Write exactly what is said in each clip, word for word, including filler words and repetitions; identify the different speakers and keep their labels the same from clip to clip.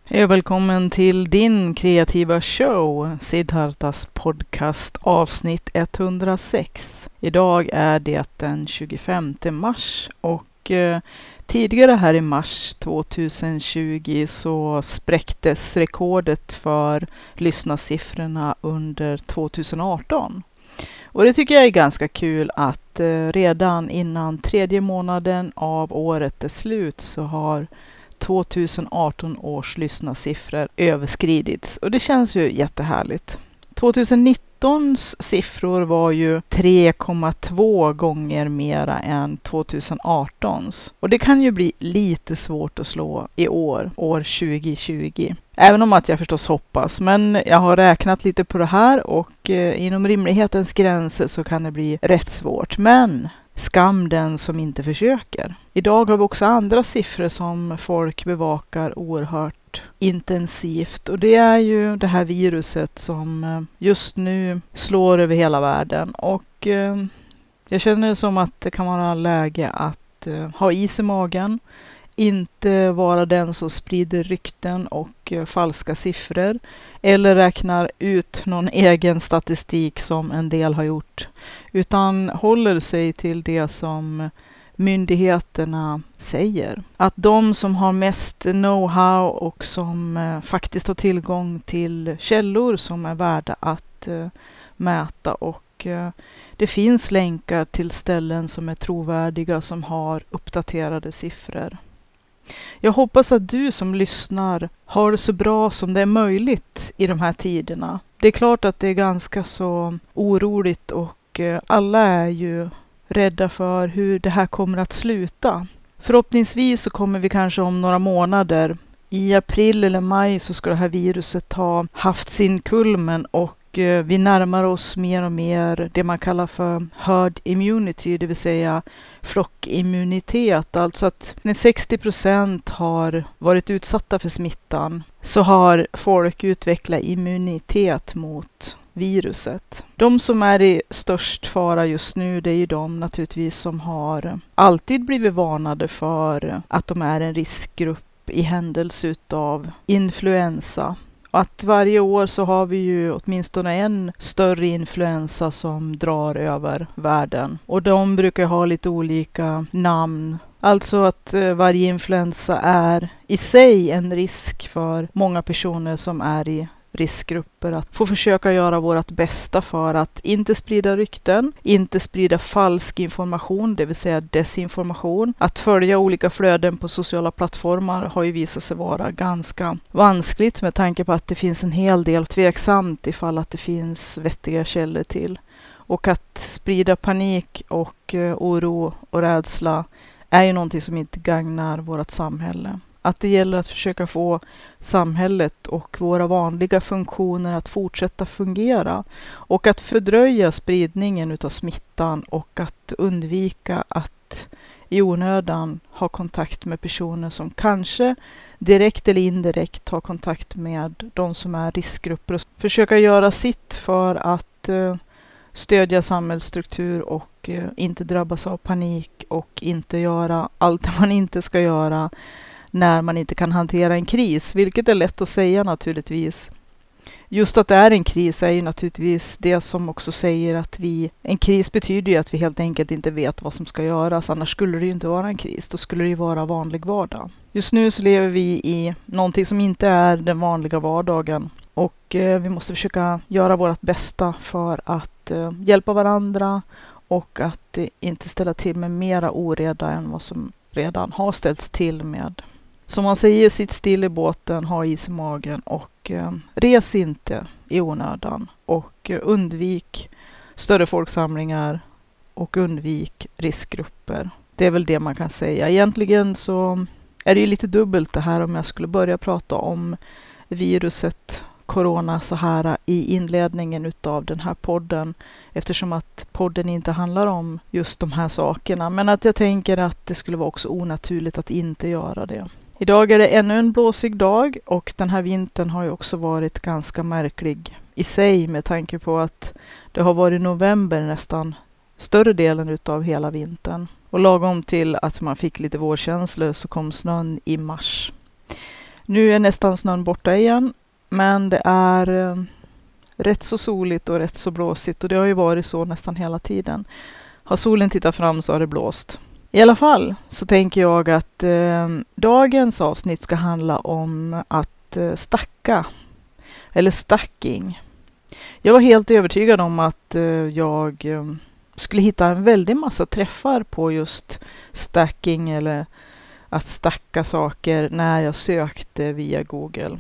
Speaker 1: Hej och välkommen till din kreativa show, Siddhartas podcast avsnitt etthundrasex. Idag är det den tjugofemte mars och eh, tidigare här i mars tjugohundratjugo så spräcktes rekordet för lyssnarsiffrorna under tjugoarton. Och det tycker jag är ganska kul att eh, redan innan tredje månaden av året är slut så har tjugoarton års lyssnarsiffror överskridits. Och det känns ju jättehärligt. tjugonitton:s siffror var ju tre komma två gånger mera än tjugoarton:s. Och det kan ju bli lite svårt att slå i år, år tjugohundratjugo. Även om att jag förstås hoppas. Men jag har räknat lite på det här och eh, inom rimlighetens gränser så kan det bli rätt svårt. Men skam den som inte försöker. Idag har vi också andra siffror som folk bevakar oerhört intensivt. Och det är ju det här viruset som just nu slår över hela världen. Och eh, jag känner det som att det kan vara läge att eh, ha is i magen. Inte vara den som sprider rykten och eh, falska siffror. Eller räknar ut någon egen statistik som en del har gjort. Utan håller sig till det som myndigheterna säger. Att de som har mest know-how och som eh, faktiskt har tillgång till källor som är värda att eh, mäta. Och eh, det finns länkar till ställen som är trovärdiga som har uppdaterade siffror. Jag hoppas att du som lyssnar har det så bra som det är möjligt i de här tiderna. Det är klart att det är ganska så oroligt och alla är ju rädda för hur det här kommer att sluta. Förhoppningsvis så kommer vi kanske om några månader, i april eller maj så ska det här viruset ha haft sin kulmen och vi närmar oss mer och mer det man kallar för herd immunity, det vill säga flockimmunitet. Alltså att när sextio procent har varit utsatta för smittan så har folk utvecklat immunitet mot viruset. De som är i störst fara just nu, det är ju de naturligtvis som har alltid blivit varnade för att de är en riskgrupp i händelse av influensa. Att varje år så har vi ju åtminstone en större influensa som drar över världen. Och de brukar ha lite olika namn. Alltså att varje influensa är i sig en risk för många personer som är i riskgrupper. Att få försöka göra vårt bästa för att inte sprida rykten, inte sprida falsk information, det vill säga desinformation. Att följa olika flöden på sociala plattformar har ju visat sig vara ganska vanskligt med tanke på att det finns en hel del tveksamt ifall att det finns vettiga källor till. Och att sprida panik och uh, oro och rädsla är ju någonting som inte gagnar vårt samhälle. Att det gäller att försöka få samhället och våra vanliga funktioner att fortsätta fungera. Och att fördröja spridningen utav smittan och att undvika att i onödan ha kontakt med personer som kanske direkt eller indirekt har kontakt med de som är riskgrupper. Och försöka göra sitt för att uh, stödja samhällsstruktur och uh, inte drabbas av panik och inte göra allt man inte ska göra när man inte kan hantera en kris, vilket är lätt att säga naturligtvis. Just att det är en kris är ju naturligtvis det som också säger att vi, en kris betyder ju att vi helt enkelt inte vet vad som ska göras, annars skulle det ju inte vara en kris, då skulle det ju vara vanlig vardag. Just nu så lever vi i någonting som inte är den vanliga vardagen och eh, vi måste försöka göra vårt bästa för att eh, hjälpa varandra och att eh, inte ställa till med mera oreda än vad som redan har ställts till med. Som man säger, sitt still i båten, ha is i magen och eh, res inte i onödan. Och eh, undvik större folksamlingar och undvik riskgrupper. Det är väl det man kan säga. Egentligen så är det ju lite dubbelt det här om jag skulle börja prata om viruset corona så här i inledningen utav den här podden. Eftersom att podden inte handlar om just de här sakerna. Men att jag tänker att det skulle vara också onaturligt att inte göra det. Idag är det ännu en blåsig dag och den här vintern har ju också varit ganska märklig i sig med tanke på att det har varit november nästan större delen utav hela vintern. Och lagom till att man fick lite vårkänslor så kom snön i mars. Nu är nästan snön borta igen, men det är eh, rätt så soligt och rätt så blåsigt och det har ju varit så nästan hela tiden. Har solen tittat fram så har det blåst. I alla fall så tänker jag att eh, dagens avsnitt ska handla om att eh, stacka eller stacking. Jag var helt övertygad om att eh, jag eh, skulle hitta en väldig massa träffar på just stacking eller att stacka saker när jag sökte via Google.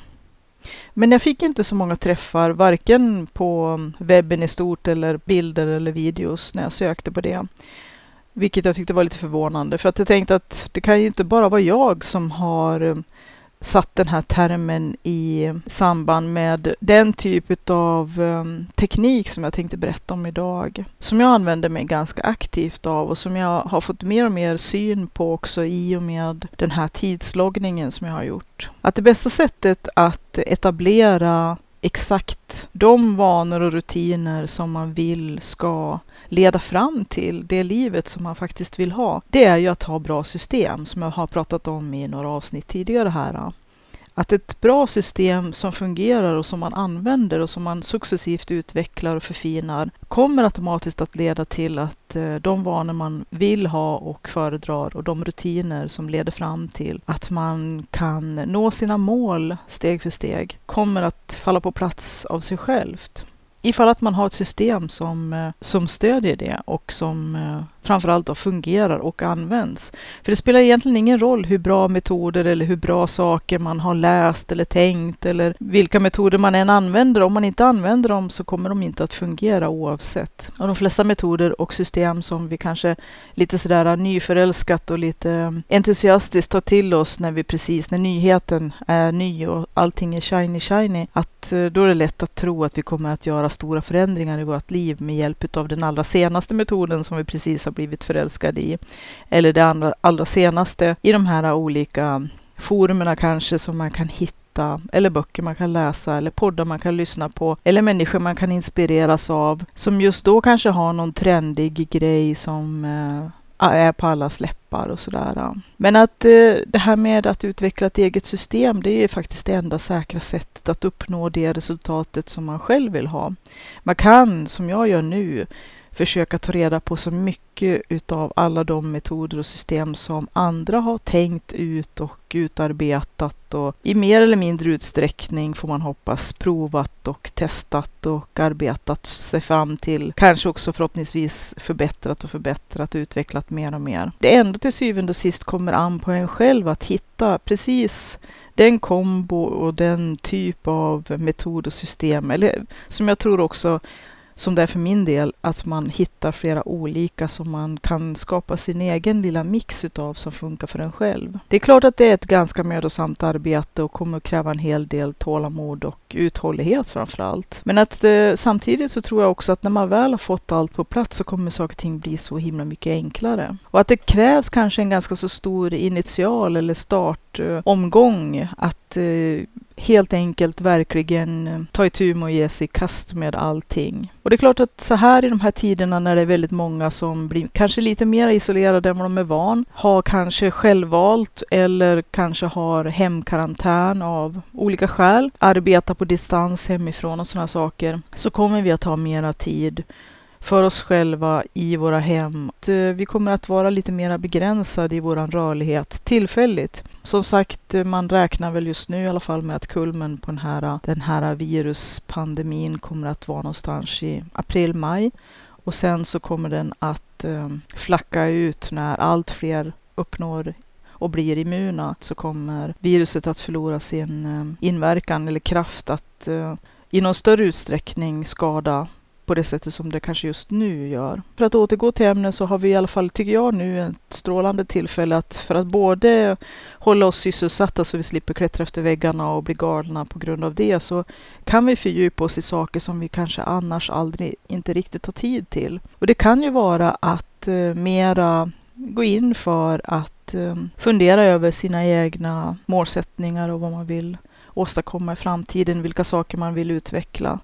Speaker 1: Men jag fick inte så många träffar, varken på webben i stort eller bilder eller videos när jag sökte på det. Vilket jag tyckte var lite förvånande, för att jag tänkte att det kan ju inte bara vara jag som har satt den här termen i samband med den typ av um, teknik som jag tänkte berätta om idag. Som jag använder mig ganska aktivt av och som jag har fått mer och mer syn på också i och med den här tidsloggningen som jag har gjort. Att det bästa sättet att etablera exakt de vanor och rutiner som man vill ska leda fram till det livet som man faktiskt vill ha, det är ju att ha bra system som jag har pratat om i några avsnitt tidigare här. Att ett bra system som fungerar och som man använder och som man successivt utvecklar och förfinar kommer automatiskt att leda till att eh, de vanor man vill ha och föredrar och de rutiner som leder fram till att man kan nå sina mål steg för steg kommer att falla på plats av sig självt. Ifall att man har ett system som, som stödjer det och som framförallt då fungerar och används. För det spelar egentligen ingen roll hur bra metoder eller hur bra saker man har läst eller tänkt eller vilka metoder man än använder. Om man inte använder dem så kommer de inte att fungera oavsett. Och de flesta metoder och system som vi kanske lite sådär nyförälskat och lite entusiastiskt tar till oss när vi precis, när nyheten är ny och allting är shiny shiny, att då är det lätt att tro att vi kommer att göra stora förändringar i vårt liv med hjälp av den allra senaste metoden som vi precis har blivit förälskade i. Eller det andra, allra senaste i de här olika forumerna kanske som man kan hitta, eller böcker man kan läsa, eller poddar man kan lyssna på, eller människor man kan inspireras av, som just då kanske har någon trendig grej som eh, är på alla läppar och sådär. Men att eh, det här med att utveckla ett eget system, det är faktiskt det enda säkra sättet att uppnå det resultatet som man själv vill ha. Man kan, som jag gör nu, försöka ta reda på så mycket utav alla de metoder och system som andra har tänkt ut och utarbetat och i mer eller mindre utsträckning får man hoppas provat och testat och arbetat sig fram till, kanske också förhoppningsvis förbättrat och förbättrat och utvecklat mer och mer. Det ändå till syvende och sist kommer an på en själv att hitta precis den kombo och den typ av metod och system, eller som jag tror också som det är för min del, att man hittar flera olika som man kan skapa sin egen lilla mix utav som funkar för en själv. Det är klart att det är ett ganska mödosamt arbete och kommer att kräva en hel del tålamod och uthållighet framför allt. Men att eh, samtidigt så tror jag också att när man väl har fått allt på plats så kommer saker och ting bli så himla mycket enklare. Och att det krävs kanske en ganska så stor initial eller startomgång eh, att eh, helt enkelt verkligen ta itu med och ge sig i kast med allting. Och det är klart att så här i de här tiderna när det är väldigt många som blir kanske lite mer isolerade än vad de är van, har kanske självvalt eller kanske har hemkarantän av olika skäl, arbetar på distans hemifrån och sådana saker, så kommer vi att ha mera tid för oss själva i våra hem. Vi kommer att vara lite mer begränsade i våran rörlighet tillfälligt. Som sagt, man räknar väl just nu i alla fall med att kulmen på den här, den här viruspandemin kommer att vara någonstans i april, maj. Och sen så kommer den att eh, flacka ut när allt fler uppnår och blir immuna. Så kommer viruset att förlora sin eh, inverkan eller kraft att eh, i någon större utsträckning skada på det sättet som det kanske just nu gör. För att återgå till ämnet så har vi i alla fall, tycker jag nu, ett strålande tillfälle att för att både hålla oss sysselsatta så vi slipper klättra efter väggarna och bli galna på grund av det, så kan vi fördjupa oss i saker som vi kanske annars aldrig inte riktigt har tid till. Och det kan ju vara att eh, mera gå in för att eh, fundera över sina egna målsättningar och vad man vill åstadkomma i framtiden, vilka saker man vill utveckla.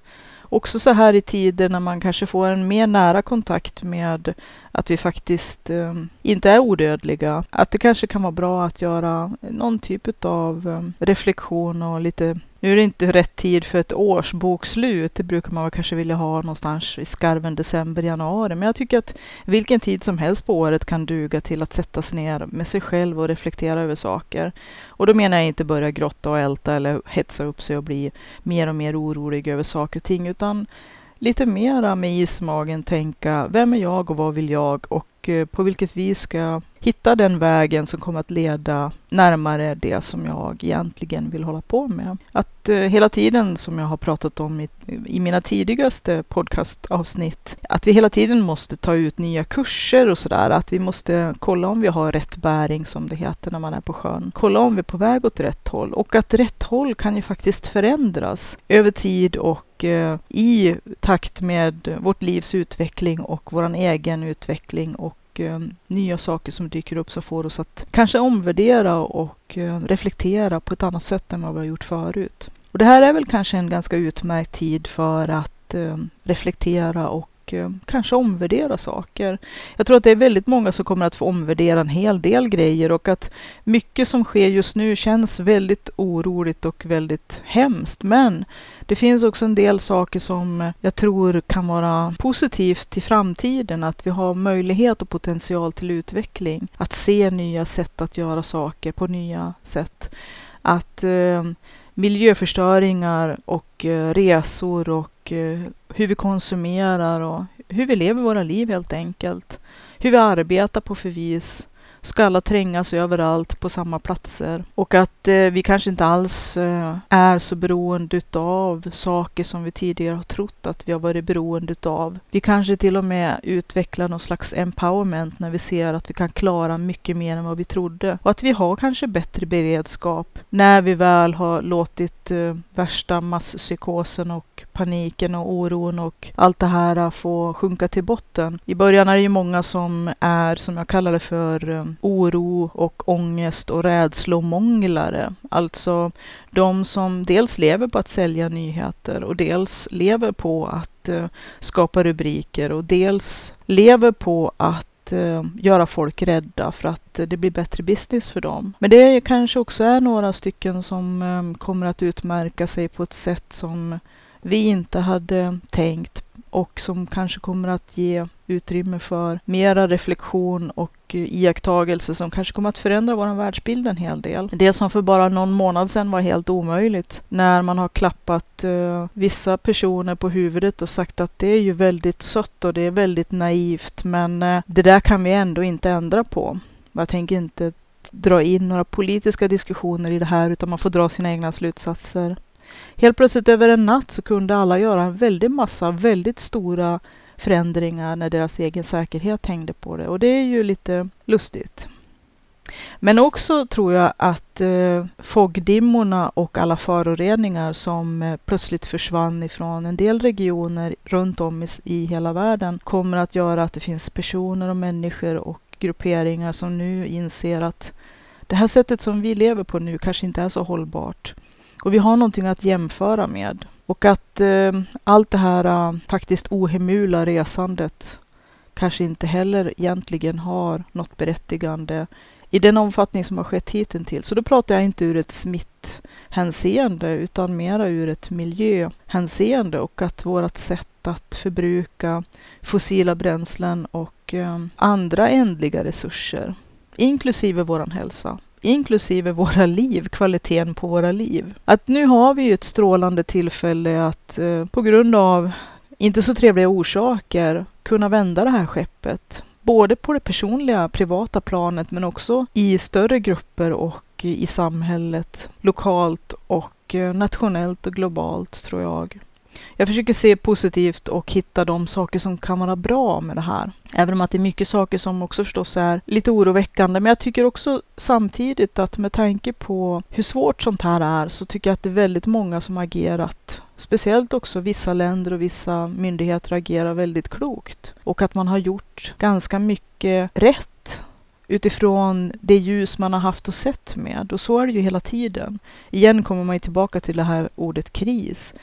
Speaker 1: också så här i tider när man kanske får en mer nära kontakt med att vi faktiskt eh, inte är odödliga. Att det kanske kan vara bra att göra någon typ av eh, reflektion och lite... Nu är det inte rätt tid för ett årsbokslut. Det brukar man kanske vilja ha någonstans i skarven december, januari. Men jag tycker att vilken tid som helst på året kan duga till att sätta sig ner med sig själv och reflektera över saker. Och då menar jag inte börja grotta och älta eller hetsa upp sig och bli mer och mer orolig över saker och ting. Utan lite mera med is i magen tänka, vem är jag och vad vill jag? Och eh, på vilket vis ska jag hitta den vägen som kommer att leda närmare det som jag egentligen vill hålla på med. Att eh, hela tiden, som jag har pratat om i, i mina tidigaste podcastavsnitt, att vi hela tiden måste ta ut nya kurser och sådär. Att vi måste kolla om vi har rätt bäring, som det heter när man är på sjön. Kolla om vi är på väg åt rätt håll. Och att rätt håll kan ju faktiskt förändras över tid och eh, i takt med vårt livs utveckling och vår egen utveckling och eh, nya saker som dyker upp som får oss att kanske omvärdera och eh, reflektera på ett annat sätt än vad vi har gjort förut. Och det här är väl kanske en ganska utmärkt tid för att eh, reflektera och eh, kanske omvärdera saker. Jag tror att det är väldigt många som kommer att få omvärdera en hel del grejer och att mycket som sker just nu känns väldigt oroligt och väldigt hemskt. Men det finns också en del saker som jag tror kan vara positivt i framtiden. Att vi har möjlighet och potential till utveckling. Att se nya sätt att göra saker på nya sätt. Att eh, miljöförstöringar och eh, resor och eh, hur vi konsumerar och hur vi lever våra liv helt enkelt. Hur vi arbetar på för vis. Ska alla trängas överallt på samma platser. Och att eh, vi kanske inte alls eh, är så beroende av saker som vi tidigare har trott att vi har varit beroende av. Vi kanske till och med utvecklar någon slags empowerment när vi ser att vi kan klara mycket mer än vad vi trodde. Och att vi har kanske bättre beredskap när vi väl har låtit eh, värsta masspsykosen och paniken och oron och allt det här få sjunka till botten. I början är det ju många som är, som jag kallar det för, eh, oro och ångest och rädslomånglare. Alltså de som dels lever på att sälja nyheter och dels lever på att uh, skapa rubriker och dels lever på att uh, göra folk rädda för att uh, det blir bättre business för dem. Men det kanske också är några stycken som um, kommer att utmärka sig på ett sätt som vi inte hade tänkt och som kanske kommer att ge utrymme för mera reflektion och iakttagelse som kanske kommer att förändra vår världsbild en hel del. Det som för bara någon månad sedan var helt omöjligt när man har klappat uh, vissa personer på huvudet och sagt att det är ju väldigt sött och det är väldigt naivt, men uh, det där kan vi ändå inte ändra på. Jag tänker inte dra in några politiska diskussioner i det här utan man får dra sina egna slutsatser. Helt plötsligt över en natt så kunde alla göra en väldigt massa väldigt stora förändringar när deras egen säkerhet hängde på det. Och det är ju lite lustigt. Men också tror jag att eh, fogdimmorna och alla föroreningar som eh, plötsligt försvann ifrån en del regioner runt om i, i hela världen kommer att göra att det finns personer och människor och grupperingar som nu inser att det här sättet som vi lever på nu kanske inte är så hållbart. Och vi har någonting att jämföra med. Och att eh, allt det här äh, faktiskt ohemula resandet kanske inte heller egentligen har något berättigande i den omfattning som har skett hittills. Så då pratar jag inte ur ett smitthänseende utan mera ur ett miljöhänseende och att vårt sätt att förbruka fossila bränslen och eh, andra ändliga resurser, inklusive våran hälsa, inklusive våra liv, kvaliteten på våra liv. Att nu har vi ju ett strålande tillfälle att eh, på grund av inte så trevliga orsaker kunna vända det här skeppet. Både på det personliga, privata planet men också i större grupper och i samhället, lokalt och eh, nationellt och globalt tror jag. Jag försöker se positivt och hitta de saker som kan vara bra med det här. Även om att det är mycket saker som också förstås är lite oroväckande. Men jag tycker också samtidigt att med tanke på hur svårt sånt här är så tycker jag att det är väldigt många som agerat. Speciellt också vissa länder och vissa myndigheter agerar väldigt klokt. Och att man har gjort ganska mycket rätt utifrån det ljus man har haft och sett med. Och så är det ju hela tiden. Igen kommer man ju tillbaka till det här ordet kris.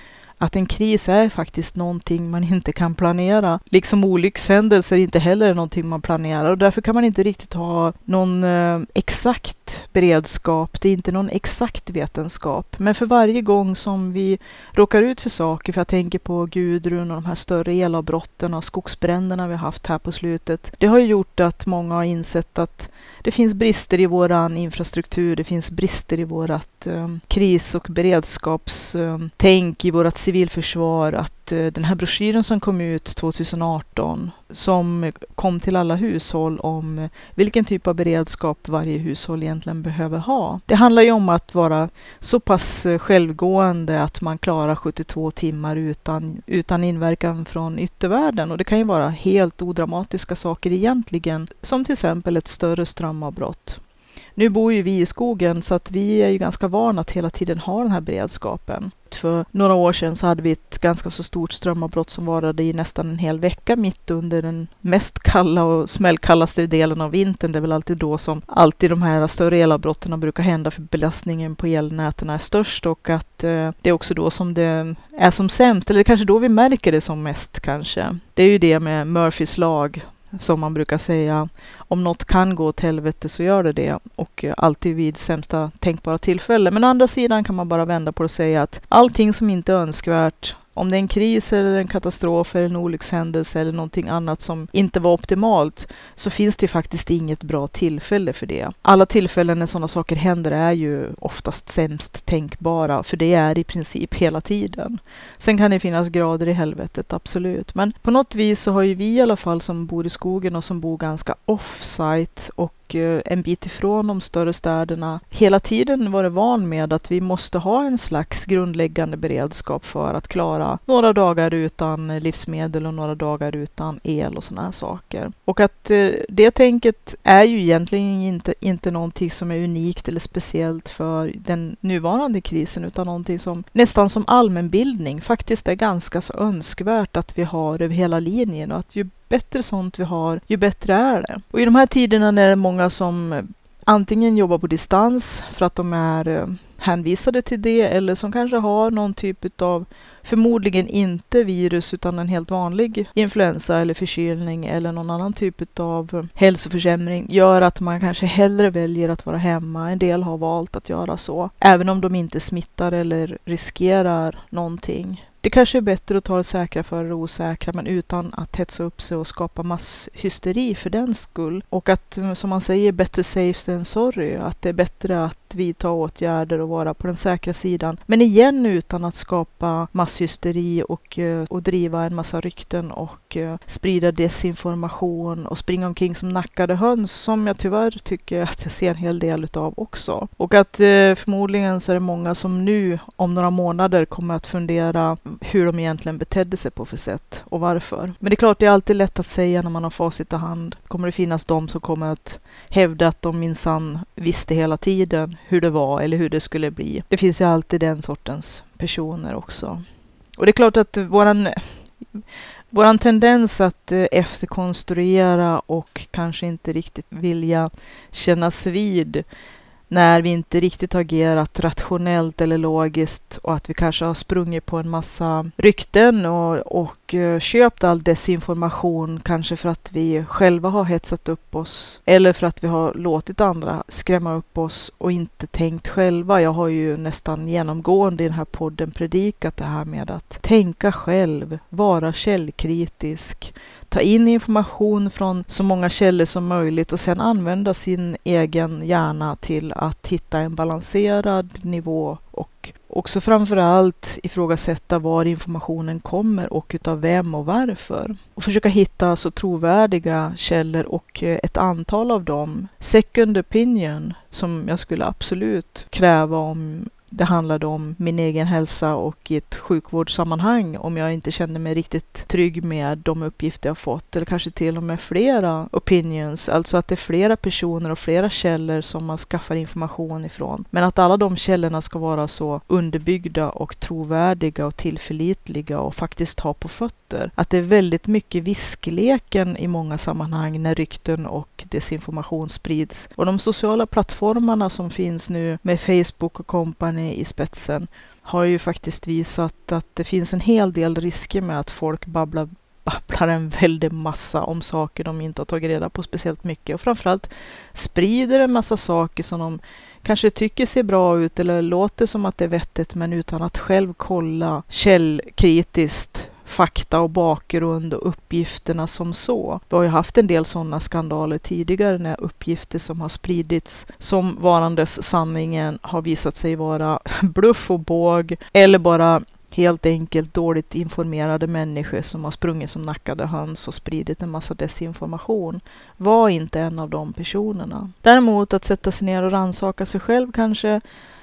Speaker 1: att en kris är faktiskt någonting man inte kan planera. Liksom olyckshändelser inte heller är någonting man planerar, och därför kan man inte riktigt ha någon eh, exakt beredskap. Det är inte någon exakt vetenskap. Men för varje gång som vi råkar ut för saker, för jag tänker på Gudrun och de här större elavbrotten och skogsbränderna vi har haft här på slutet. Det har ju gjort att många har insett att det finns brister i våran infrastruktur, det finns brister i vårat eh, kris- och beredskapstänk, eh, i vårat civilförsvar. Att eh, den här broschyren som kom ut tjugoarton, som kom till alla hushåll om eh, vilken typ av beredskap varje hushåll egentligen behöver ha. Det handlar ju om att vara så pass eh, självgående att man klarar sjuttiotvå timmar utan, utan inverkan från yttervärlden. Och det kan ju vara helt odramatiska saker egentligen, som till exempel ett större strömavbrott. Nu bor ju vi i skogen, så att vi är ju ganska vana att hela tiden ha den här beredskapen. För några år sedan så hade vi ett ganska så stort strömavbrott som varade i nästan en hel vecka mitt under den mest kalla och smällkallaste delen av vintern. Det är väl alltid då som alltid de här större elavbrotten brukar hända, för belastningen på elnäten är störst, och att eh, det är också då som det är som sämst, eller kanske då vi märker det som mest kanske. Det är ju det med Murphys lag, som man brukar säga, om något kan gå åt helvete så gör det det, och alltid vid sämsta tänkbara tillfälle. Men å andra sidan kan man bara vända på det och säga att allting som inte är önskvärt, om det är en kris eller en katastrof eller en olyckshändelse eller någonting annat som inte var optimalt, så finns det faktiskt inget bra tillfälle för det. Alla tillfällen när sådana saker händer är ju oftast sämst tänkbara, för det är i princip hela tiden. Sen kan det finnas grader i helvetet, absolut. Men på något vis så har ju vi i alla fall som bor i skogen och som bor ganska off-site och en bit ifrån de större städerna hela tiden varit van med att vi måste ha en slags grundläggande beredskap för att klara några dagar utan livsmedel och några dagar utan el och såna här saker. Och att eh, det tänket är ju egentligen inte, inte någonting som är unikt eller speciellt för den nuvarande krisen, utan någonting som nästan som allmänbildning faktiskt är ganska så önskvärt att vi har över hela linjen, och att ju bättre sånt vi har, ju bättre är det. Och i de här tiderna när det är många som antingen jobbar på distans för att de är hänvisade till det, eller som kanske har någon typ av, förmodligen inte virus utan en helt vanlig influensa eller förkylning eller någon annan typ av hälsoförsämring, gör att man kanske hellre väljer att vara hemma. En del har valt att göra så, även om de inte smittar eller riskerar någonting. Det kanske är bättre att ta det säkra för det osäkra, men utan att hetsa upp sig och skapa masshysteri för den skull. Och att, som man säger, better safe than sorry. Att det är bättre att vidta åtgärder och vara på den säkra sidan. Men igen utan att skapa masshysteri och, och driva en massa rykten och uh, sprida desinformation och springa omkring som nackade höns, som jag tyvärr tycker att jag ser en hel del utav också. Och att uh, förmodligen så är det många som nu om några månader kommer att fundera hur de egentligen betedde sig på för sätt och varför. Men det är klart, det är alltid lätt att säga när man har facit i hand. Kommer det finnas de som kommer att hävda att de minsann visste hela tiden hur det var eller hur det skulle bli. Det finns ju alltid den sortens personer också. Och det är klart att våran, våran tendens att efterkonstruera och kanske inte riktigt vilja kännas vid när vi inte riktigt agerat rationellt eller logiskt, och att vi kanske har sprungit på en massa rykten och, och köpt all desinformation, kanske för att vi själva har hetsat upp oss eller för att vi har låtit andra skrämma upp oss och inte tänkt själva. Jag har ju nästan genomgående i den här podden predikat det här med att tänka själv, vara källkritisk, ta in information från så många källor som möjligt och sen använda sin egen hjärna till att hitta en balanserad nivå, och också framförallt ifrågasätta var informationen kommer och utav vem och varför. Och försöka hitta så trovärdiga källor, och ett antal av dem, second opinion, som jag skulle absolut kräva om det handlade om min egen hälsa och i ett sjukvårdssammanhang, om jag inte kände mig riktigt trygg med de uppgifter jag fått, eller kanske till och med flera opinions, alltså att det är flera personer och flera källor som man skaffar information ifrån, men att alla de källorna ska vara så underbyggda och trovärdiga och tillförlitliga och faktiskt ha på fötter. Att det är väldigt mycket viskleken i många sammanhang när rykten och desinformation sprids. Och de sociala plattformarna som finns nu med Facebook och company i spetsen, har ju faktiskt visat att det finns en hel del risker med att folk babblar, babblar en väldig massa om saker de inte har tagit reda på speciellt mycket. Och framförallt sprider en massa saker som de kanske tycker ser bra ut eller låter som att det är vettigt, men utan att själv kolla källkritiskt fakta och bakgrund och uppgifterna som så. Vi har ju haft en del sådana skandaler tidigare när uppgifter som har spridits som varandes sanningen har visat sig vara bluff och båg eller bara helt enkelt dåligt informerade människor som har sprungit som nackade höns och spridit en massa desinformation. Var inte en av de personerna. Däremot att sätta sig ner och rannsaka sig själv kanske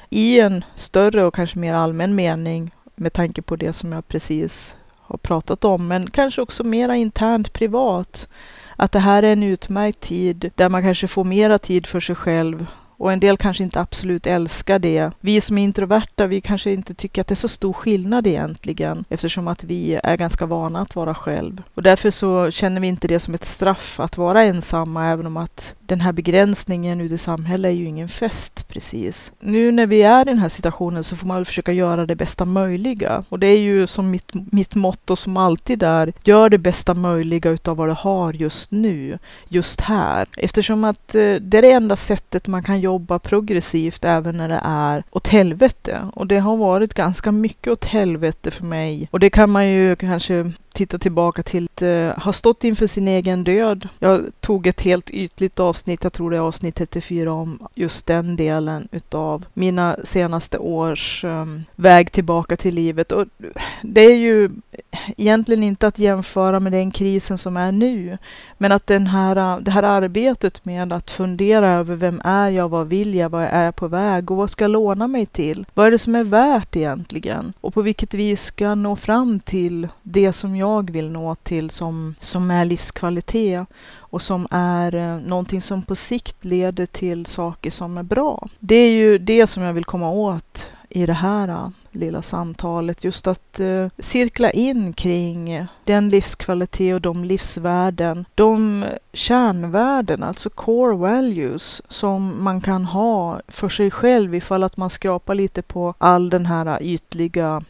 Speaker 1: i en större och kanske mer allmän mening med tanke på det som jag precis har pratat om, men kanske också mera internt privat. Att det här är en utmärkt tid där man kanske får mera tid för sig själv. Och en del kanske inte absolut älskar det. Vi som är introverta, vi kanske inte tycker att det är så stor skillnad egentligen. Eftersom att vi är ganska vana att vara själv. Och därför så känner vi inte det som ett straff att vara ensamma. Även om att den här begränsningen ute i samhället är ju ingen fest precis. Nu när vi är i den här situationen så får man väl försöka göra det bästa möjliga. Och det är ju som mitt, mitt motto som alltid är. Gör det bästa möjliga utav vad du har just nu. Just här. Eftersom att eh, det är det enda sättet man kan jobba jobba progressivt även när det är åt helvete. Och det har varit ganska mycket åt helvete för mig. Och det kan man ju kanske titta tillbaka till att uh, ha stått inför sin egen död. Jag tog ett helt ytligt avsnitt, jag tror det är avsnitt trettiofyra, om just den delen utav mina senaste års um, väg tillbaka till livet. Och det är ju egentligen inte att jämföra med den krisen som är nu. Men att den här, det här arbetet med att fundera över vem är jag, vad vill jag, vad är jag på väg och vad ska jag låna mig till? Vad är det som är värt egentligen? Och på vilket vis ska jag nå fram till det som jag vill nå till som, som är livskvalitet och som är eh, någonting som på sikt leder till saker som är bra. Det är ju det som jag vill komma åt i det här uh, lilla samtalet. Just att uh, cirkla in kring den livskvalitet och de livsvärden, de kärnvärden, alltså core values som man kan ha för sig själv ifall att man skrapar lite på all den här ytliga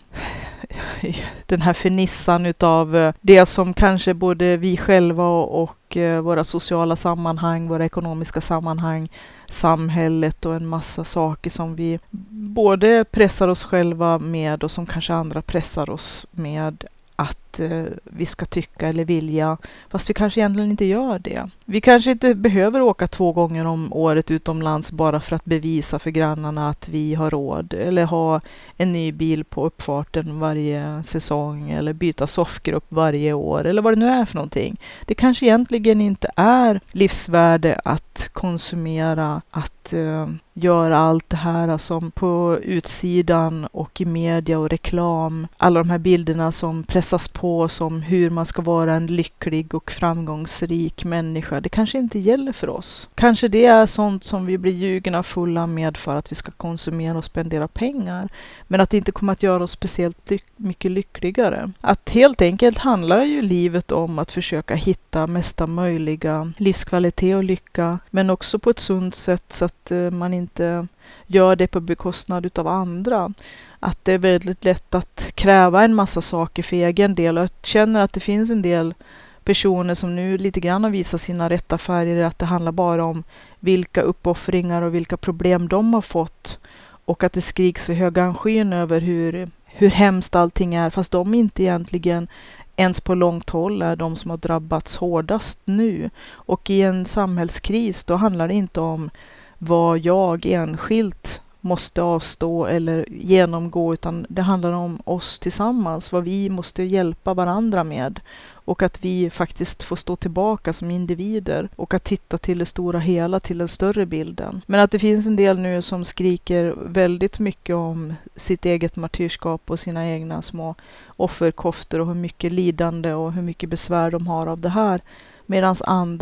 Speaker 1: den här förnissan utav det som kanske både vi själva och våra sociala sammanhang, våra ekonomiska sammanhang, samhället och en massa saker som vi både pressar oss själva med och som kanske andra pressar oss med att eh, vi ska tycka eller vilja, fast vi kanske egentligen inte gör det. Vi kanske inte behöver åka två gånger om året utomlands bara för att bevisa för grannarna att vi har råd, eller ha en ny bil på uppfarten varje säsong, eller byta soffgrupp varje år, eller vad det nu är för någonting. Det kanske egentligen inte är livsvärde att konsumera, att eh, göra allt det här som på utsidan och i media och reklam, alla de här bilderna som pressas på som hur man ska vara en lycklig och framgångsrik människa. Det kanske inte gäller för oss. Kanske det är sånt som vi blir ljugna fulla med för att vi ska konsumera och spendera pengar. Men att det inte kommer att göra oss speciellt ly- mycket lyckligare. Att helt enkelt handlar ju livet om att försöka hitta mesta möjliga livskvalitet och lycka. Men också på ett sunt sätt så att uh, man inte gör det på bekostnad utav andra. Att det är väldigt lätt att kräva en massa saker för egen del. Och jag känner att det finns en del personer som nu lite grann har visat sina rätta färger. Att det handlar bara om vilka uppoffringar och vilka problem de har fått. Och att det skriks i höga skyn över hur, hur hemskt allting är. Fast de inte egentligen ens på långt håll är de som har drabbats hårdast nu. Och i en samhällskris då handlar det inte om vad jag enskilt måste avstå eller genomgå, utan det handlar om oss tillsammans, vad vi måste hjälpa varandra med och att vi faktiskt får stå tillbaka som individer och att titta till det stora hela, till den större bilden. Men att det finns en del nu som skriker väldigt mycket om sitt eget martyrskap och sina egna små offerkoftor och hur mycket lidande och hur mycket besvär de har av det här. Medan andra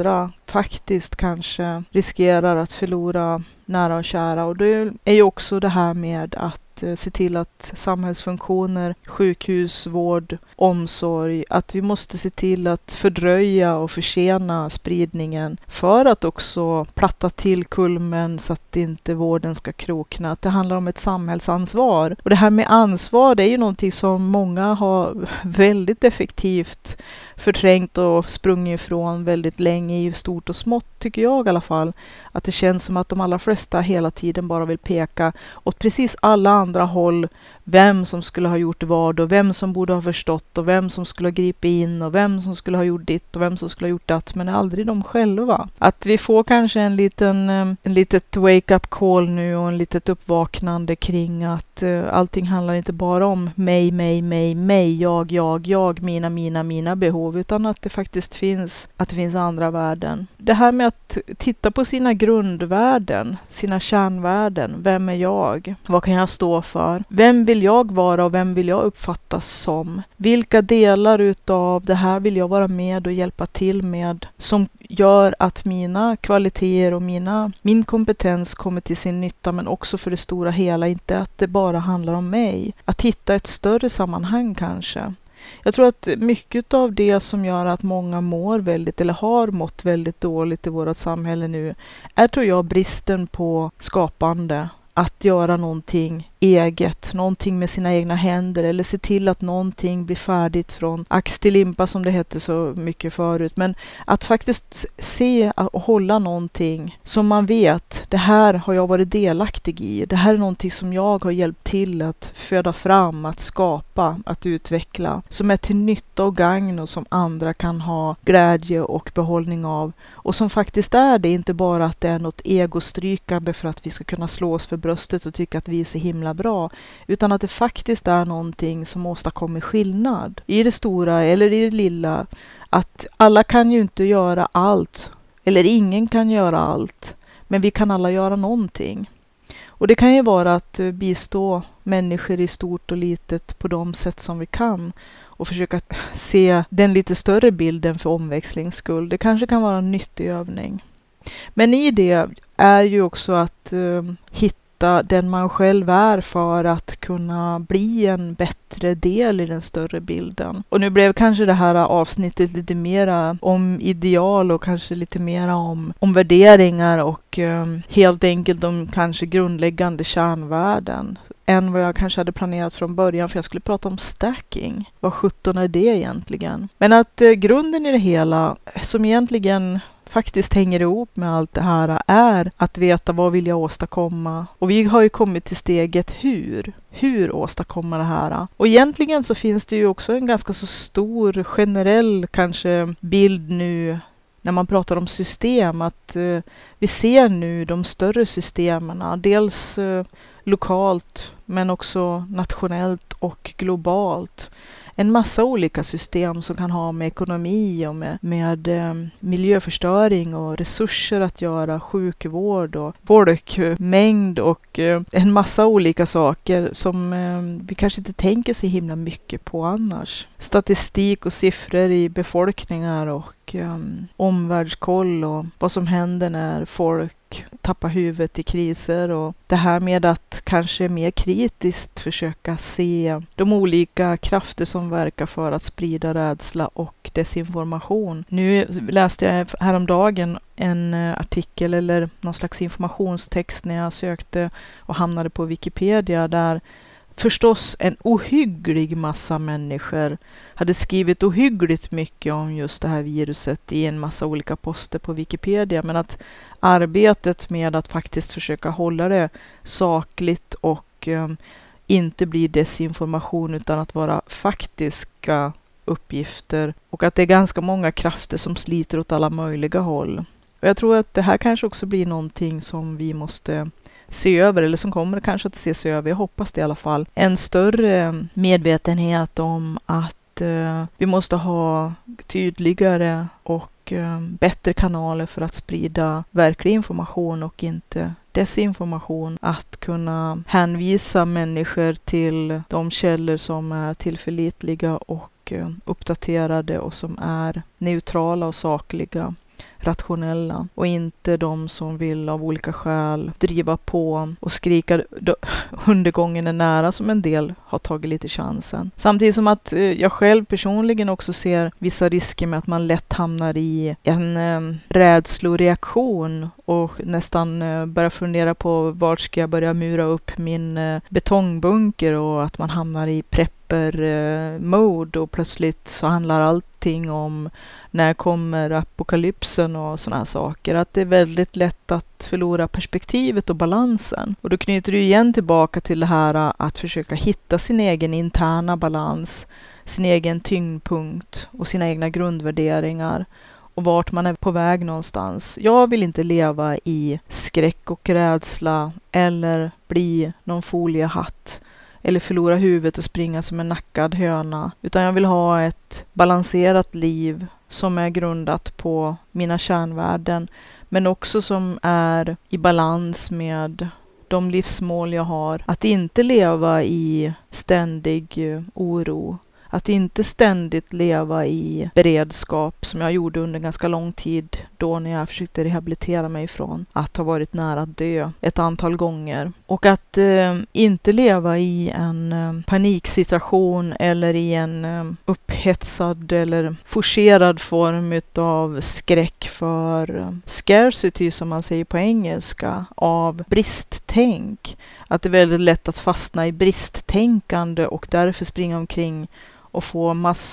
Speaker 1: faktiskt kanske riskerar att förlora nära och kära. Och det är ju också det här med att se till att samhällsfunktioner, sjukhus, vård, omsorg, att vi måste se till att fördröja och försena spridningen för att också platta till kulmen så att inte vården ska krokna. Att det handlar om ett samhällsansvar. Och det här med ansvar, det är ju någonting som många har väldigt effektivt förträngt och sprungit ifrån väldigt länge i stort och smått, tycker jag i alla fall. Att det känns som att de allra flesta hela tiden bara vill peka åt precis alla andra håll, vem som skulle ha gjort vad och vem som borde ha förstått och vem som skulle ha gripit in och vem som skulle ha gjort ditt och vem som skulle ha gjort det, men aldrig de själva. Att vi får kanske en liten en litet wake-up call nu och en litet uppvaknande kring att uh, allting handlar inte bara om mig, mig, mig, mig, jag, jag, jag, mina, mina, mina behov, utan att det faktiskt finns, att det finns andra värden. Det här med att titta på sina grundvärden, sina kärnvärden. Vem är jag? Vad kan jag stå för? Vem vill jag vara och vem vill jag uppfattas som? Vilka delar utav det här vill jag vara med och hjälpa till med som gör att mina kvaliteter och mina, min kompetens kommer till sin nytta, men också för det stora hela, inte att det bara handlar om mig. Att hitta ett större sammanhang kanske. Jag tror att mycket av det som gör att många mår väldigt eller har mått väldigt dåligt i vårt samhälle nu är, tror jag, bristen på skapande. Att göra någonting eget, någonting med sina egna händer eller se till att någonting blir färdigt från ax till limpa som det hette så mycket förut. Men att faktiskt se och hålla någonting som man vet, det här har jag varit delaktig i. Det här är någonting som jag har hjälpt till att föda fram, att skapa, att utveckla. Som är till nytta och gagn och som andra kan ha glädje och behållning av. Och som faktiskt är det, inte bara att det är något egostrykande för att vi ska kunna slå oss för bröstet och tycka att vi är så himla bra, utan att det faktiskt är någonting som åstadkommer skillnad i det stora eller i det lilla. Att alla kan ju inte göra allt, eller ingen kan göra allt, men vi kan alla göra någonting. Och det kan ju vara att bistå människor i stort och litet på de sätt som vi kan och försöka se den lite större bilden för omväxlings skull. Det kanske kan vara en nyttig övning. Men i det är ju också att uh, hitta den man själv är för att kunna bli en bättre del i den större bilden. Och nu blev kanske det här avsnittet lite mera om ideal och kanske lite mera om, om värderingar och um, helt enkelt om kanske grundläggande kärnvärden än vad jag kanske hade planerat från början, för jag skulle prata om stacking. Vad sjutton är det egentligen? Men att uh, grunden i det hela, som egentligen faktiskt hänger ihop med allt det här, är att veta vad vill jag åstadkomma. Och vi har ju kommit till steget hur. Hur åstadkomma det här? Och egentligen så finns det ju också en ganska så stor generell kanske bild nu när man pratar om system, att uh, vi ser nu de större systemen, dels uh, lokalt men också nationellt och globalt. En massa olika system som kan ha med ekonomi och med, med eh, miljöförstöring och resurser att göra, sjukvård och folkmängd och eh, en massa olika saker som eh, vi kanske inte tänker så himla mycket på annars. Statistik och siffror i befolkningar och eh, omvärldskoll och vad som händer när folk tappar huvudet i kriser, och det här med att kanske mer kritiskt försöka se de olika krafter som verkar för att sprida rädsla och desinformation. Nu läste jag häromdagen en artikel eller någon slags informationstext när jag sökte och hamnade på Wikipedia, där förstås en ohygglig massa människor hade skrivit ohyggligt mycket om just det här viruset i en massa olika poster på Wikipedia, men att arbetet med att faktiskt försöka hålla det sakligt och um, inte bli desinformation utan att vara faktiska uppgifter, och att det är ganska många krafter som sliter åt alla möjliga håll. Och jag tror att det här kanske också blir någonting som vi måste se över, eller som kommer kanske att ses över, jag hoppas det i alla fall. En större medvetenhet om att uh, vi måste ha tydligare och uh, bättre kanaler för att sprida verklig information och inte desinformation. Att kunna hänvisa människor till de källor som är tillförlitliga och uh, uppdaterade och som är neutrala och sakliga. rationella och inte de som vill av olika skäl driva på och skrika undergången är nära, som en del har tagit lite chansen. Samtidigt som att eh, jag själv personligen också ser vissa risker med att man lätt hamnar i en eh, rädsloreaktion och nästan eh, börjar fundera på vart ska jag börja mura upp min eh, betongbunker, och att man hamnar i prepper-mode och plötsligt så handlar allting om när kommer apokalypsen och sådana här saker. Att det är väldigt lätt att förlora perspektivet och balansen. Och då knyter du igen tillbaka till det här att försöka hitta sin egen interna balans, sin egen tyngdpunkt och sina egna grundvärderingar och vart man är på väg någonstans. Jag vill inte leva i skräck och rädsla eller bli någon foliehatt eller förlora huvudet och springa som en nackad höna, utan jag vill ha ett balanserat liv som är grundat på mina kärnvärden, men också som är i balans med de livsmål jag har. Att inte leva i ständig oro. Att inte ständigt leva i beredskap som jag gjorde under ganska lång tid då när jag försökte rehabilitera mig från att ha varit nära att dö ett antal gånger. Och att eh, inte leva i en eh, paniksituation eller i en eh, upphetsad eller forcerad form av skräck för eh, scarcity, som man säger på engelska, av bristtänk. Att det är väldigt lätt att fastna i bristtänkande och därför springa omkring och få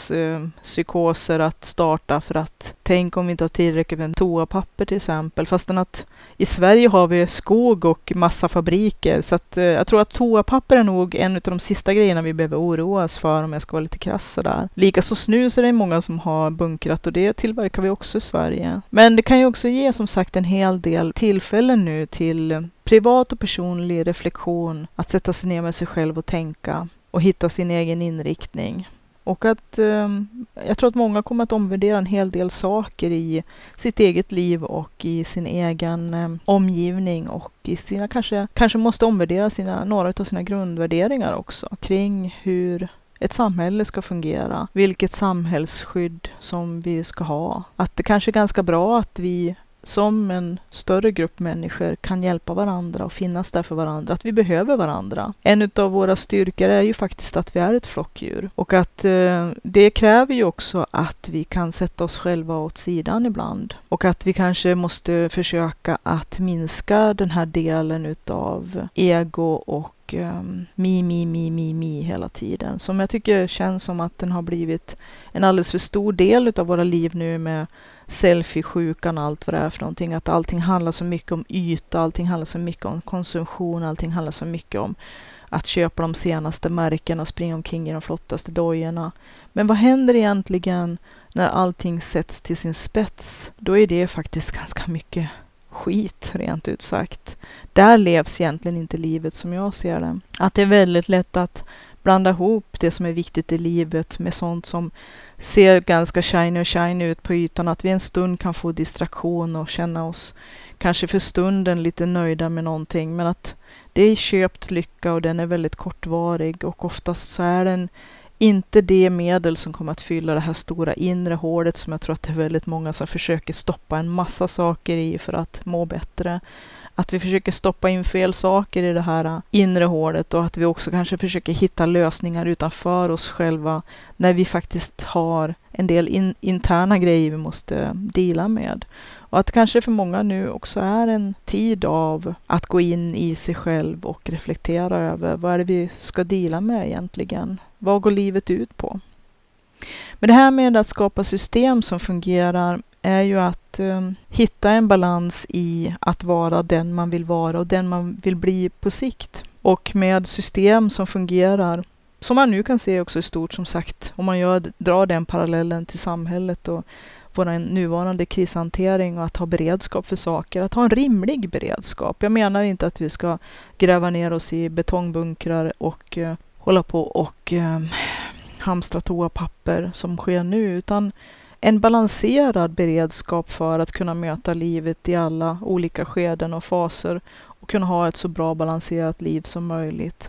Speaker 1: masspsykoser att starta för att tänk om vi inte har tillräckligt med toapapper till exempel. Fastän att i Sverige har vi skog och massa fabriker, så att eh, jag tror att toapapper är nog en av de sista grejerna vi behöver oroa oss för, om jag ska vara lite krass där. Likaså snus är det många som har bunkrat och det tillverkar vi också i Sverige. Men det kan ju också ge som sagt en hel del tillfällen nu till privat och personlig reflektion, att sätta sig ner med sig själv och tänka och hitta sin egen inriktning. Och att eh, jag tror att många kommer att omvärdera en hel del saker i sitt eget liv och i sin egen eh, omgivning, och i sina kanske, kanske måste omvärdera sina, några av sina grundvärderingar också kring hur ett samhälle ska fungera, vilket samhällsskydd som vi ska ha. Att det kanske är ganska bra att vi som en större grupp människor kan hjälpa varandra och finnas där för varandra, att vi behöver varandra. En av våra styrkor är ju faktiskt att vi är ett flockdjur, och att eh, det kräver ju också att vi kan sätta oss själva åt sidan ibland, och att vi kanske måste försöka att minska den här delen utav ego och um, mi, mi, mi, mi, mi hela tiden, som jag tycker känns som att den har blivit en alldeles för stor del utav våra liv nu, med selfie-sjukan och allt vad det är för någonting. Att allting handlar så mycket om yta, allting handlar så mycket om konsumtion, allting handlar så mycket om att köpa de senaste märkena och springa omkring i de flottaste dojorna. Men vad händer egentligen när allting sätts till sin spets? Då är det faktiskt ganska mycket skit, rent ut sagt. Där levs egentligen inte livet som jag ser det. Att det är väldigt lätt att blanda ihop det som är viktigt i livet med sånt som ser ganska shiny och shiny ut på ytan. Att vi en stund kan få distraktion och känna oss kanske för stunden lite nöjda med någonting. Men att det är köpt lycka och den är väldigt kortvarig. Och oftast så är den inte det medel som kommer att fylla det här stora inre hålet som jag tror att det är väldigt många som försöker stoppa en massa saker i för att må bättre. Att vi försöker stoppa in fel saker i det här inre hålet, och att vi också kanske försöker hitta lösningar utanför oss själva när vi faktiskt har en del in, interna grejer vi måste dela med. Och att kanske för många nu också är en tid av att gå in i sig själv och reflektera över vad är det vi ska dela med egentligen? Vad går livet ut på? Men det här med att skapa system som fungerar är ju att eh, hitta en balans i att vara den man vill vara och den man vill bli på sikt. Och med system som fungerar, som man nu kan se också i stort som sagt, om man gör, drar den parallellen till samhället och vår nuvarande krishantering och att ha beredskap för saker, att ha en rimlig beredskap. Jag menar inte att vi ska gräva ner oss i betongbunkrar och eh, hålla på och eh, hamstra toapapper som sker nu, utan en balanserad beredskap för att kunna möta livet i alla olika skeden och faser och kunna ha ett så bra balanserat liv som möjligt.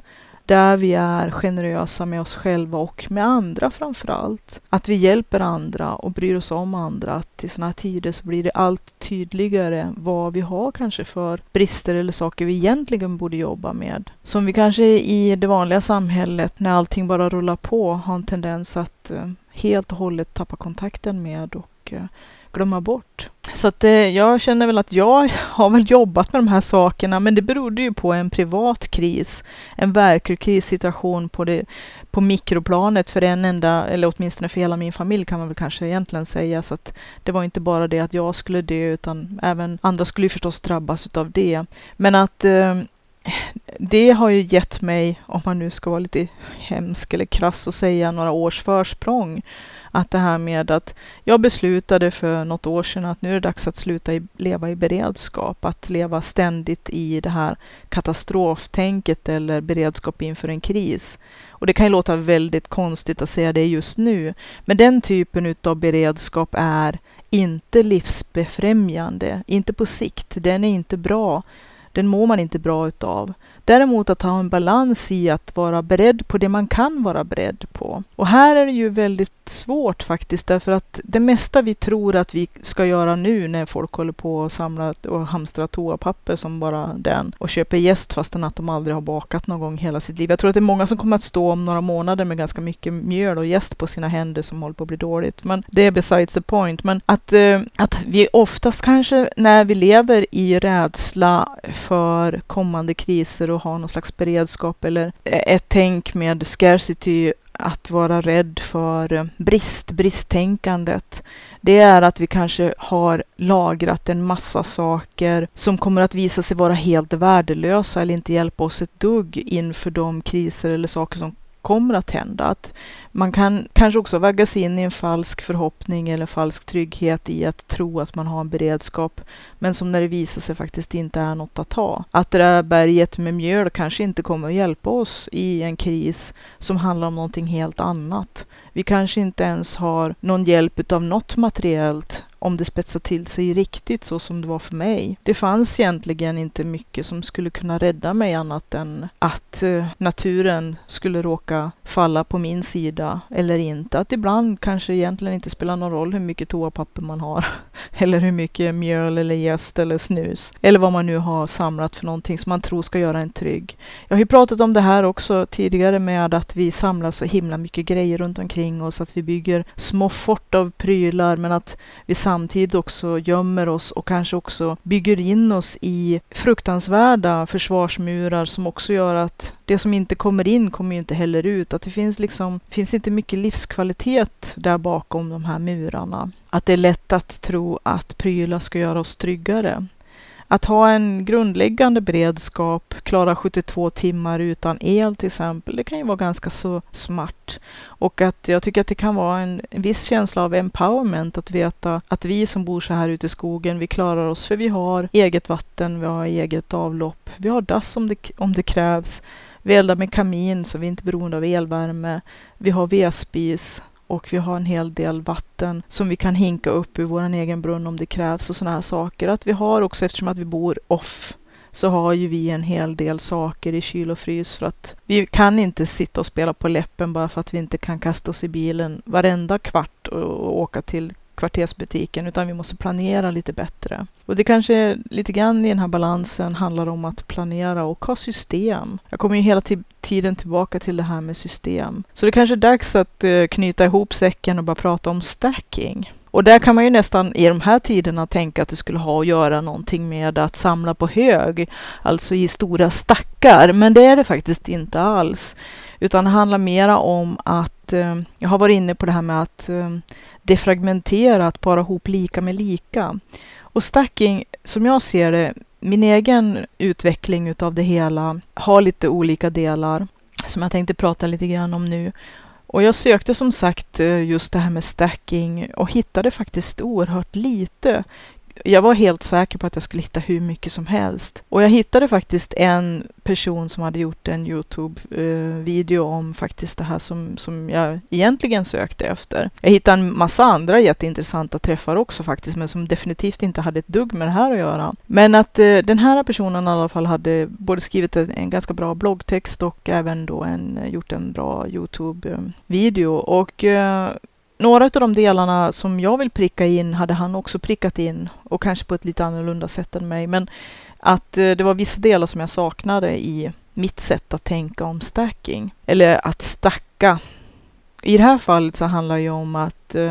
Speaker 1: där vi är generösa med oss själva och med andra framförallt. Att vi hjälper andra och bryr oss om andra. Att i såna här tider så blir det allt tydligare vad vi har kanske för brister eller saker vi egentligen borde jobba med. Som vi kanske i det vanliga samhället, när allting bara rullar på, har en tendens att uh, helt och hållet tappa kontakten med och uh, glömma bort. Så att eh, jag känner väl att jag har väl jobbat med de här sakerna, men det berodde ju på en privat kris, en verklig krissituation på, det, på mikroplanet för en enda, eller åtminstone för hela min familj kan man väl kanske egentligen säga. Så att det var inte bara det att jag skulle dö, utan även andra skulle ju förstås drabbas av det. Men att eh, det har ju gett mig, om man nu ska vara lite hemsk eller krass och säga, några års försprång. Att det här med att jag beslutade för något år sedan att nu är det dags att sluta i, leva i beredskap. Att leva ständigt i det här katastroftänket eller beredskap inför en kris. Och det kan ju låta väldigt konstigt att säga det just nu. Men den typen av beredskap är inte livsbefrämjande. Inte på sikt. Den är inte bra. Den mår man inte bra utav. Däremot att ha en balans i att vara beredd på det man kan vara beredd på. Och här är det ju väldigt svårt faktiskt, därför att det mesta vi tror att vi ska göra nu när folk håller på och samla och hamstra toapapper som bara den och köper jäst fastän att de aldrig har bakat någon gång hela sitt liv. Jag tror att det är många som kommer att stå om några månader med ganska mycket mjöl och jäst på sina händer som håller på att bli dåligt. Men det är besides the point. Men att, eh, att vi oftast kanske när vi lever i rädsla för kommande kriser och har någon slags beredskap eller ett tänk med scarcity, att vara rädd för brist, bristtänkandet. Det är att vi kanske har lagrat en massa saker som kommer att visa sig vara helt värdelösa eller inte hjälpa oss ett dugg inför de kriser eller saker som kommer att hända. Att man kan kanske också vaggas in i en falsk förhoppning eller falsk trygghet i att tro att man har en beredskap, men som när det visar sig faktiskt inte är något att ha. Att det där berget med mjöl kanske inte kommer att hjälpa oss i en kris som handlar om någonting helt annat. Vi kanske inte ens har någon hjälp av något materiellt om det spetsar till sig riktigt så som det var för mig. Det fanns egentligen inte mycket som skulle kunna rädda mig annat än att uh, naturen skulle råka falla på min sida eller inte. Att ibland kanske egentligen inte spelar någon roll hur mycket toapapper man har eller hur mycket mjöl eller jäst eller snus eller vad man nu har samlat för någonting som man tror ska göra en trygg. Jag har ju pratat om det här också tidigare med att vi samlar så himla mycket grejer runt omkring oss, att vi bygger små fort av prylar, men att vi samtidigt också gömmer oss och kanske också bygger in oss i fruktansvärda försvarsmurar som också gör att det som inte kommer in kommer ju inte heller ut. Att det finns liksom, finns inte mycket livskvalitet där bakom de här murarna. Att det är lätt att tro att prylar ska göra oss tryggare. Att ha en grundläggande beredskap, klara sjuttiotvå timmar utan el till exempel, det kan ju vara ganska så smart. Och att jag tycker att det kan vara en, en viss känsla av empowerment att veta att vi som bor så här ute i skogen, vi klarar oss för vi har eget vatten, vi har eget avlopp, vi har dass om det, om det krävs. Vi eldar med kamin så vi är inte beroende av elvärme, vi har vedspis. Och vi har en hel del vatten som vi kan hinka upp ur vår egen brunn om det krävs och såna här saker. Att vi har också, eftersom att vi bor off, så har ju vi en hel del saker i kyl och frys för att vi kan inte sitta och spela på läppen bara för att vi inte kan kasta oss i bilen varenda kvart och, och åka till kvartersbutiken, utan vi måste planera lite bättre. Och det kanske lite grann i den här balansen handlar om att planera och ha system. Jag kommer ju hela tiden tillbaka till det här med system. Så det kanske är dags att uh, knyta ihop säcken och bara prata om stacking. Och där kan man ju nästan i de här tiderna tänka att det skulle ha att göra någonting med att samla på hög, alltså i stora stackar. Men det är det faktiskt inte alls. Utan det handlar mera om att, uh, jag har varit inne på det här med att uh, defragmentera, att para ihop lika med lika. Och stacking, som jag ser det, min egen utveckling utav det hela har lite olika delar som jag tänkte prata lite grann om nu. Och jag sökte som sagt just det här med stacking och hittade faktiskt oerhört lite jag var helt säker på att jag skulle hitta hur mycket som helst. Och jag hittade faktiskt en person som hade gjort en YouTube-video om faktiskt det här som, som jag egentligen sökte efter. Jag hittade en massa andra jätteintressanta träffar också faktiskt, men som definitivt inte hade ett dugg med det här att göra. Men att eh, den här personen i alla fall hade både skrivit en, en ganska bra bloggtext och även då en, gjort en bra YouTube-video. Och eh, några av de delarna som jag vill pricka in hade han också prickat in, och kanske på ett lite annorlunda sätt än mig. Men att eh, det var vissa delar som jag saknade i mitt sätt att tänka om stacking. Eller att stacka. I det här fallet så handlar det ju om att eh,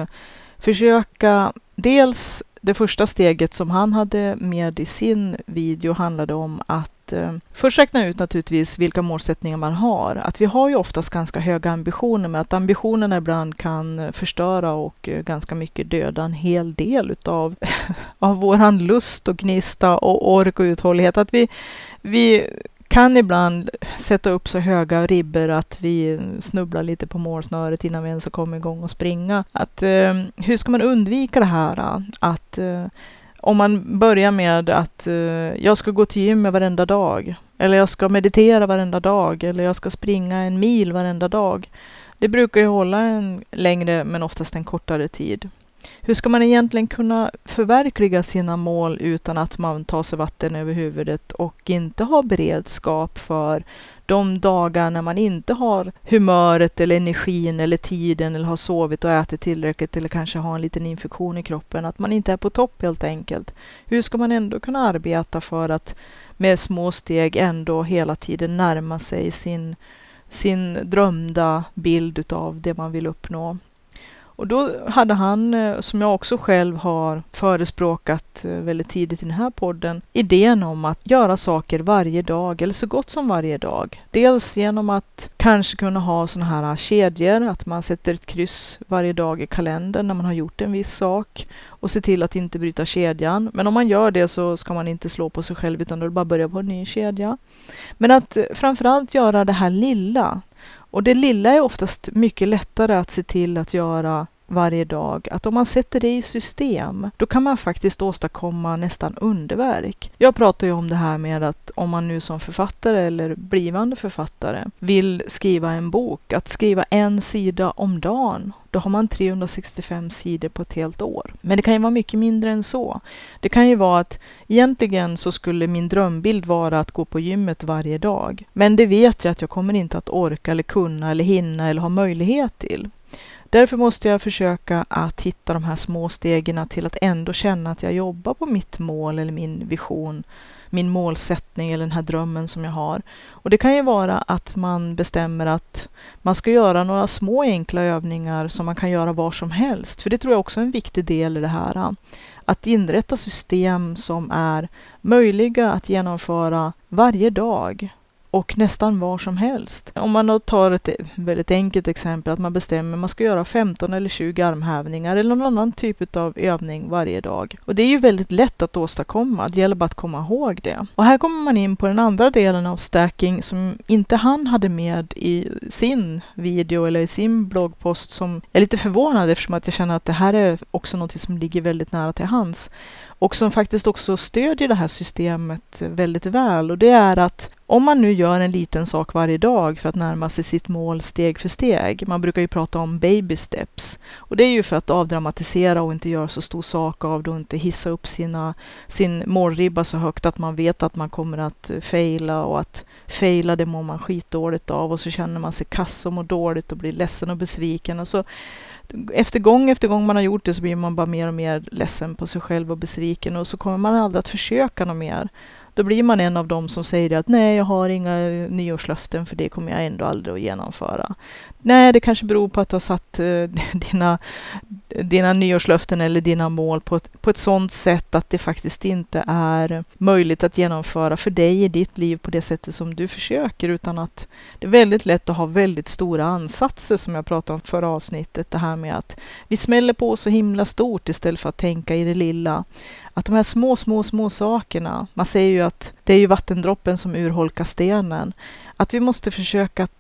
Speaker 1: försöka, dels det första steget som han hade med i sin video handlade om att eh, först räkna ut naturligtvis vilka målsättningar man har. Att vi har ju oftast ganska höga ambitioner, men att ambitionerna ibland kan förstöra och eh, ganska mycket döda en hel del utav av våran lust och gnista och ork och uthållighet. Att vi, vi kan ibland sätta upp så höga ribbor att vi snubblar lite på målsnöret innan vi ens har kommit igång och springa. Att, eh, hur ska man undvika det här? Att eh, om man börjar med att eh, jag ska gå till gymmet varenda dag, eller jag ska meditera varenda dag, eller jag ska springa en mil varenda dag. Det brukar ju hålla en längre men oftast en kortare tid. Hur ska man egentligen kunna förverkliga sina mål utan att man tar sig vatten över huvudet och inte har beredskap för de dagar när man inte har humöret eller energin eller tiden eller har sovit och ätit tillräckligt eller kanske har en liten infektion i kroppen, att man inte är på topp helt enkelt. Hur ska man ändå kunna arbeta för att med små steg ändå hela tiden närma sig sin, sin drömda bild utav det man vill uppnå? Och då hade han, som jag också själv har förespråkat väldigt tidigt i den här podden, idén om att göra saker varje dag, eller så gott som varje dag. Dels genom att kanske kunna ha såna här kedjor, att man sätter ett kryss varje dag i kalendern när man har gjort en viss sak och se till att inte bryta kedjan. Men om man gör det så ska man inte slå på sig själv, utan då bara börja på en ny kedja. Men att framförallt göra det här lilla. Och det lilla är oftast mycket lättare att se till att göra varje dag. Att om man sätter det i system, då kan man faktiskt åstadkomma nästan underverk. Jag pratar ju om det här med att om man nu som författare eller blivande författare vill skriva en bok, att skriva en sida om dagen, då har man trehundrasextiofem sidor på ett helt år. Men det kan ju vara mycket mindre än så. Det kan ju vara att egentligen så skulle min drömbild vara att gå på gymmet varje dag. Men det vet jag att jag kommer inte att orka eller kunna eller hinna eller ha möjlighet till. Därför måste jag försöka att hitta de här små stegen till att ändå känna att jag jobbar på mitt mål eller min vision, min målsättning eller den här drömmen som jag har. Och det kan ju vara att man bestämmer att man ska göra några små enkla övningar som man kan göra var som helst. För det tror jag också är en viktig del i det här. Att inrätta system som är möjliga att genomföra varje dag. Och nästan var som helst. Om man då tar ett väldigt enkelt exempel, att man bestämmer att man ska göra femton eller tjugo armhävningar eller någon annan typ av övning varje dag. Och det är ju väldigt lätt att åstadkomma, det gäller bara att komma ihåg det. Och här kommer man in på den andra delen av stacking som inte han hade med i sin video eller i sin bloggpost, som jag är lite förvånad eftersom att jag känner att det här är också något som ligger väldigt nära till hans. Och som faktiskt också stödjer det här systemet väldigt väl. Och det är att om man nu gör en liten sak varje dag för att närma sig sitt mål steg för steg. Man brukar ju prata om baby steps. Och det är ju för att avdramatisera och inte göra så stor sak av det och inte hissa upp sina, sin målribba så högt att man vet att man kommer att faila. Och att faila, det mår man skitdåligt av. Och så känner man sig kass och mår dåligt och blir ledsen och besviken. Och så efter gång efter gång man har gjort det så blir man bara mer och mer ledsen på sig själv och besviken. Och så kommer man aldrig att försöka något mer. Då blir man en av dem som säger att nej, jag har inga nyårslöften för det kommer jag ändå aldrig att genomföra. Nej, det kanske beror på att du har satt uh, dina, dina nyårslöften eller dina mål på ett, på ett sådant sätt att det faktiskt inte är möjligt att genomföra för dig i ditt liv på det sättet som du försöker, utan att det är väldigt lätt att ha väldigt stora ansatser som jag pratade om förra avsnittet. Det här med att vi smäller på så himla stort istället för att tänka i det lilla. Att de här små, små, små sakerna, man säger ju att det är ju vattendroppen som urholkar stenen. Att vi måste försöka att, att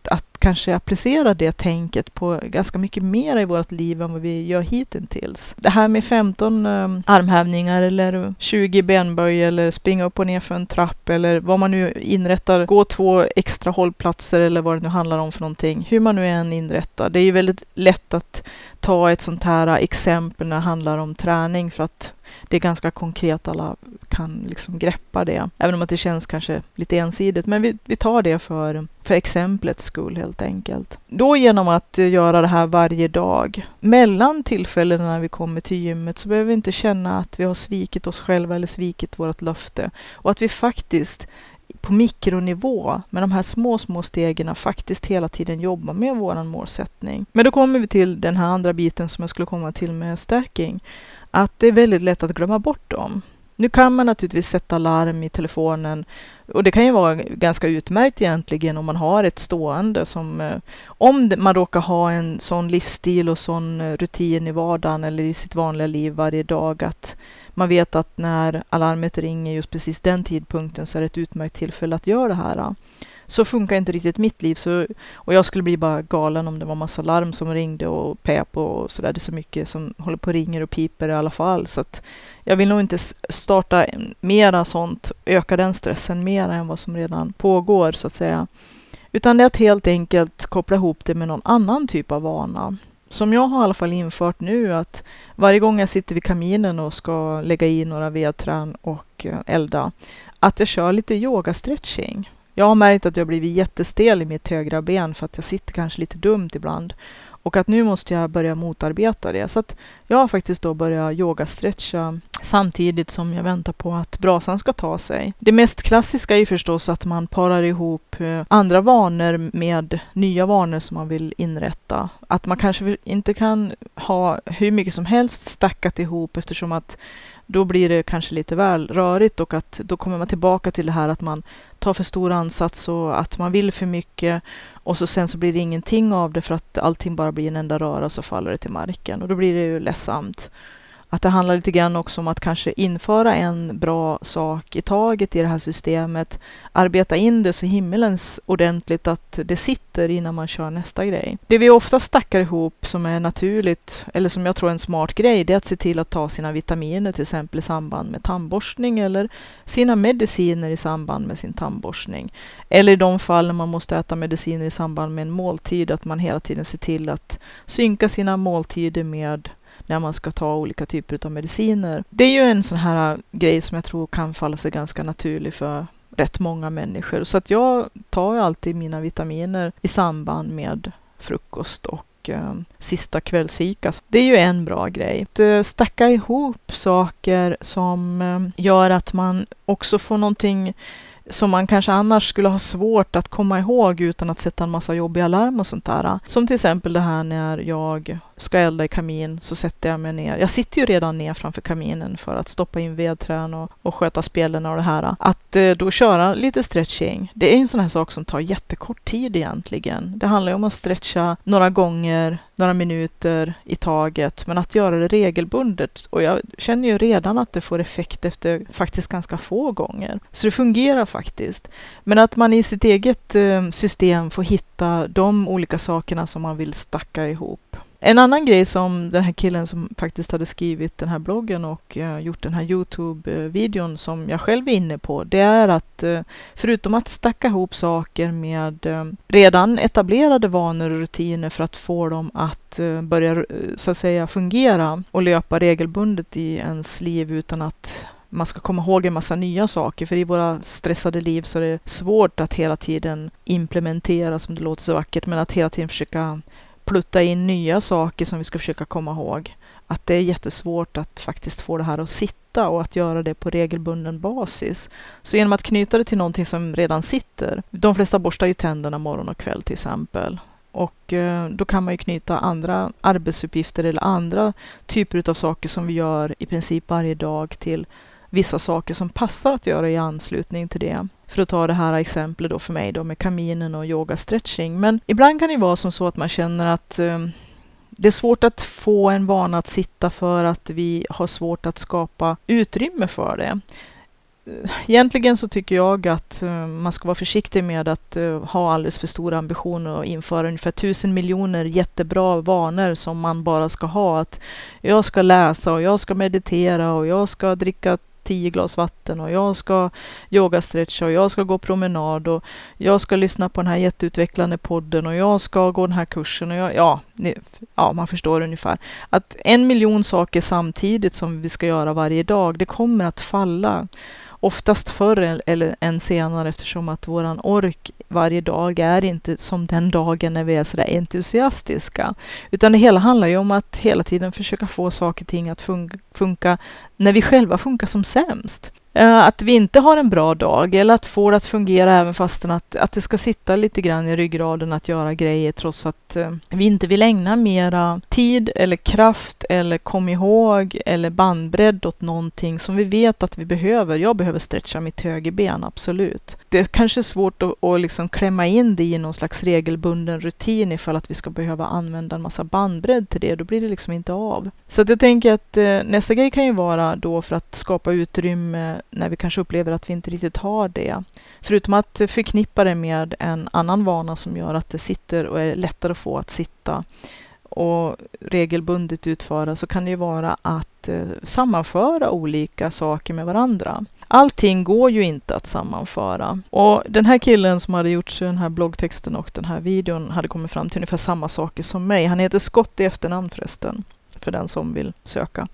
Speaker 1: kanske applicera det tänket på ganska mycket mer i vårt liv än vad vi gör hittills. Det här med femton um, armhävningar eller tjugo benböj eller springa upp och ner för en trapp eller vad man nu inrättar, gå två extra hållplatser eller vad det nu handlar om för någonting. Hur man nu än inrättar. Det är ju väldigt lätt att ta ett sånt här exempel när det handlar om träning för att det är ganska konkret, alla kan liksom greppa det. Även om att det känns kanske lite ensidigt. Men vi, vi tar det för, för exemplets skull helt enkelt. Då genom att göra det här varje dag. Mellan tillfällen när vi kommer till gymmet så behöver vi inte känna att vi har svikit oss själva eller svikit vårt löfte. Och att vi faktiskt på mikronivå med de här små, små stegen faktiskt hela tiden jobbar med våran målsättning. Men då kommer vi till den här andra biten som jag skulle komma till med stacking. Att det är väldigt lätt att glömma bort dem. Nu kan man naturligtvis sätta larm i telefonen och det kan ju vara ganska utmärkt egentligen om man har ett stående som om man råkar ha en sån livsstil och sån rutin i vardagen eller i sitt vanliga liv varje dag att man vet att när alarmet ringer just precis den tidpunkten så är det ett utmärkt tillfälle att göra det här. Så funkar inte riktigt mitt liv så, och jag skulle bli bara galen om det var massa larm som ringde och pep och sådär. Det är så mycket som håller på och ringer och piper i alla fall. Så att jag vill nog inte starta mera sånt, öka den stressen mer än vad som redan pågår så att säga. Utan det är att helt enkelt koppla ihop det med någon annan typ av vana. Som jag har i alla fall infört nu att varje gång jag sitter vid kaminen och ska lägga i några vedträn och elda, att jag kör lite yoga-stretching. Jag har märkt att jag blivit jättestel i mitt högra ben för att jag sitter kanske lite dumt ibland. Och att nu måste jag börja motarbeta det. Så att jag har faktiskt då börjat yoga-stretcha samtidigt som jag väntar på att brasan ska ta sig. Det mest klassiska är förstås att man parar ihop andra vanor med nya vanor som man vill inrätta. Att man kanske inte kan ha hur mycket som helst stackat ihop eftersom att då blir det kanske lite väl rörigt och att då kommer man tillbaka till det här att man tar för stor ansats och att man vill för mycket och så sen så blir det ingenting av det för att allting bara blir en enda röra så faller det till marken och då blir det ju ledsamt. Att det handlar lite grann också om att kanske införa en bra sak i taget i det här systemet. Arbeta in det så himmelens ordentligt att det sitter innan man kör nästa grej. Det vi ofta stackar ihop som är naturligt, eller som jag tror är en smart grej, det är att se till att ta sina vitaminer till exempel i samband med tandborstning eller sina mediciner i samband med sin tandborstning. Eller i de fall när man måste äta mediciner i samband med en måltid, att man hela tiden ser till att synka sina måltider med när man ska ta olika typer av mediciner. Det är ju en sån här grej som jag tror kan falla sig ganska naturlig för rätt många människor. Så att jag tar ju alltid mina vitaminer i samband med frukost och eh, sista kvällsfika. Det är ju en bra grej. Att eh, stacka ihop saker som eh, gör att man också får någonting som man kanske annars skulle ha svårt att komma ihåg utan att sätta en massa jobbiga alarm och sånt där. Som till exempel det här när jag ska elda i kamin så sätter jag mig ner. Jag sitter ju redan ner framför kaminen för att stoppa in vedträn och, och sköta spelen och det här. Att eh, då köra lite stretching. Det är en sån här sak som tar jättekort tid egentligen. Det handlar ju om att stretcha några gånger, några minuter i taget. Men att göra det regelbundet. Och jag känner ju redan att det får effekt efter faktiskt ganska få gånger. Så det fungerar faktiskt. Men att man i sitt eget eh, system får hitta de olika sakerna som man vill stacka ihop. En annan grej som den här killen som faktiskt hade skrivit den här bloggen och uh, gjort den här YouTube-videon som jag själv är inne på, det är att uh, förutom att stacka ihop saker med uh, redan etablerade vanor och rutiner för att få dem att uh, börja uh, så att säga fungera och löpa regelbundet i ens liv utan att man ska komma ihåg en massa nya saker, för i våra stressade liv så är det svårt att hela tiden implementera, som det låter så vackert, men att hela tiden försöka plutta in nya saker som vi ska försöka komma ihåg. Att det är jättesvårt att faktiskt få det här att sitta och att göra det på regelbunden basis. Så genom att knyta det till någonting som redan sitter. De flesta borstar ju tänderna morgon och kväll till exempel. Och eh, då kan man ju knyta andra arbetsuppgifter eller andra typer av saker som vi gör i princip varje dag till vissa saker som passar att göra i anslutning till det. För att ta det här exemplet då för mig då med kaminen och yoga stretching. Men ibland kan det vara som så att man känner att eh, det är svårt att få en vana att sitta för att vi har svårt att skapa utrymme för det. egentligen så tycker jag att uh, man ska vara försiktig med att uh, ha alldeles för stora ambitioner och införa ungefär tusen miljoner jättebra vanor som man bara ska ha. Att jag ska läsa och jag ska meditera och jag ska dricka tio glas vatten och jag ska yoga stretcha och jag ska gå promenad och jag ska lyssna på den här jätteutvecklande podden och jag ska gå den här kursen och jag, ja, ni, ja, man förstår ungefär. Att en miljon saker samtidigt som vi ska göra varje dag, det kommer att falla. Oftast förr eller än senare, eftersom att våran ork varje dag är inte som den dagen när vi är sådär entusiastiska. Utan det hela handlar ju om att hela tiden försöka få saker och ting att funka, funka när vi själva funkar som sämst. Att vi inte har en bra dag eller att få det att fungera även fastän att, att det ska sitta lite grann i ryggraden att göra grejer trots att uh, vi inte vill ägna mera tid eller kraft eller kom ihåg eller bandbredd åt någonting som vi vet att vi behöver. Jag behöver stretcha mitt högerben, absolut. Det är kanske svårt att, att liksom klämma in det i någon slags regelbunden rutin ifall att vi ska behöva använda en massa bandbredd till det. Då blir det liksom inte av. Så att jag tänker att uh, nästa grej kan ju vara då för att skapa utrymme när vi kanske upplever att vi inte riktigt har det. Förutom att förknippa det med en annan vana som gör att det sitter och är lättare att få att sitta och regelbundet utföra, så kan det ju vara att eh, sammanföra olika saker med varandra. Allting går ju inte att sammanföra. Och den här killen som hade gjort den här bloggtexten och den här videon hade kommit fram till ungefär samma saker som mig. Han heter Scott i efternamn förresten, för den som vill söka.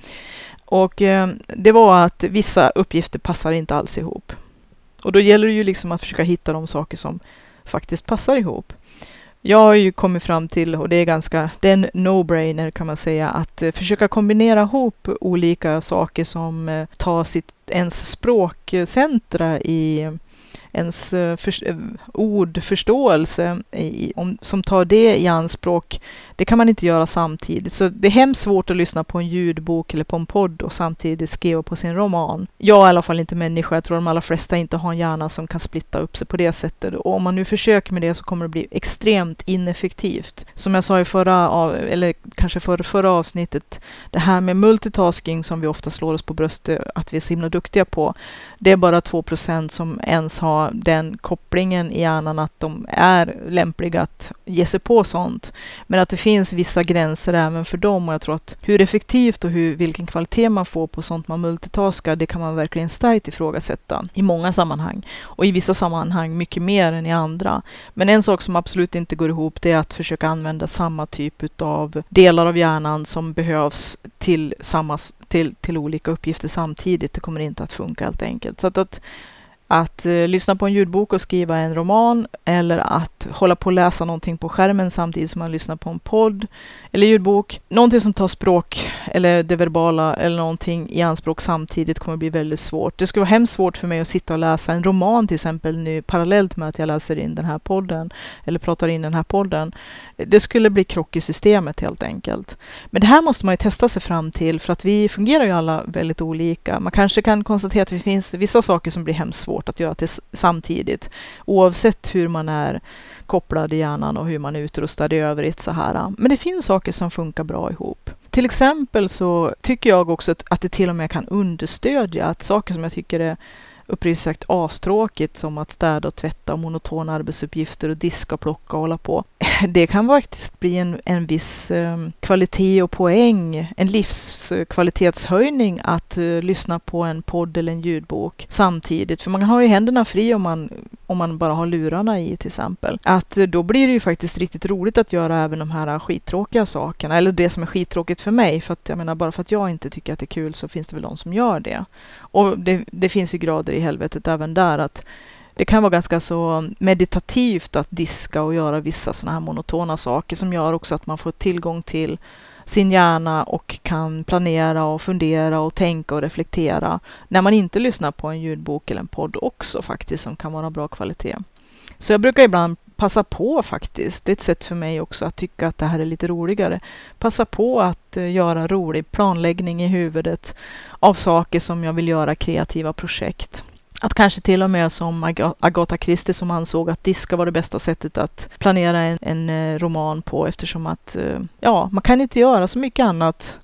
Speaker 1: Och eh, det var att vissa uppgifter passar inte alls ihop. Och då gäller det ju liksom att försöka hitta de saker som faktiskt passar ihop. Jag har ju kommit fram till, och det är ganska, det är en no-brainer kan man säga, att eh, försöka kombinera ihop olika saker som eh, tar sitt ens språkcentra i ens för, uh, ordförståelse i, om, som tar det i anspråk. Det kan man inte göra samtidigt. Så det är hemskt svårt att lyssna på en ljudbok eller på en podd och samtidigt skriva på sin roman. Jag är i alla fall inte människa. Jag tror de allra flesta inte har en hjärna som kan splitta upp sig på det sättet. Och om man nu försöker med det så kommer det bli extremt ineffektivt. Som jag sa i förra, eller kanske förra, förra avsnittet, det här med multitasking som vi ofta slår oss på bröstet att vi är så himla duktiga på. Det är bara två procent som ens har den kopplingen i hjärnan att de är lämpliga att ge sig på sånt. Men att det finns vissa gränser även för dem, och jag tror att hur effektivt och hur, vilken kvalitet man får på sånt man multitaskar, det kan man verkligen starkt ifrågasätta i många sammanhang. Och i vissa sammanhang mycket mer än i andra. Men en sak som absolut inte går ihop, det är att försöka använda samma typ av delar av hjärnan som behövs till, samma, till, till olika uppgifter samtidigt. Det kommer inte att funka helt enkelt. Så att, att Att uh, lyssna på en ljudbok och skriva en roman, eller att hålla på och läsa någonting på skärmen samtidigt som man lyssnar på en podd eller ljudbok. Någonting som tar språk eller det verbala eller någonting i anspråk samtidigt kommer bli väldigt svårt. Det skulle vara hemskt svårt för mig att sitta och läsa en roman till exempel nu parallellt med att jag läser in den här podden eller pratar in den här podden. Det skulle bli krock i systemet helt enkelt. Men det här måste man ju testa sig fram till, för att vi fungerar ju alla väldigt olika. Man kanske kan konstatera att det finns vissa saker som blir hemskt svårt att göra till samtidigt, oavsett hur man är kopplad i hjärnan och hur man är utrustad i övrigt så här. Men det finns saker som funkar bra ihop. Till exempel så tycker jag också att, att det till och med kan understödja att saker som jag tycker är uppriktigt sagt astråkigt, som att städa och tvätta och monotona arbetsuppgifter och diska och plocka och hålla på. Det kan faktiskt bli en, en viss eh, kvalitet och poäng, en livskvalitetshöjning att eh, lyssna på en podd eller en ljudbok samtidigt. För man kan ha ju händerna fri om man, om man bara har lurarna i till exempel. Att eh, då blir det ju faktiskt riktigt roligt att göra även de här skittråkiga sakerna. Eller det som är skittråkigt för mig. För att jag menar, bara för att jag inte tycker att det är kul så finns det väl de som gör det. Och det, det finns ju grader i helvetet även där, att det kan vara ganska så meditativt att diska och göra vissa sådana här monotona saker som gör också att man får tillgång till sin hjärna och kan planera och fundera och tänka och reflektera när man inte lyssnar på en ljudbok eller en podd också faktiskt, som kan vara bra kvalitet. Så jag brukar ibland passa på faktiskt. Det är ett sätt för mig också att tycka att det här är lite roligare. Passa på att uh, göra rolig planläggning i huvudet av saker som jag vill göra, kreativa projekt. Att kanske till och med som Ag- Agatha Christie som ansåg att diska var det bästa sättet att planera en, en uh, roman på, eftersom att uh, ja, man kan inte göra så mycket annat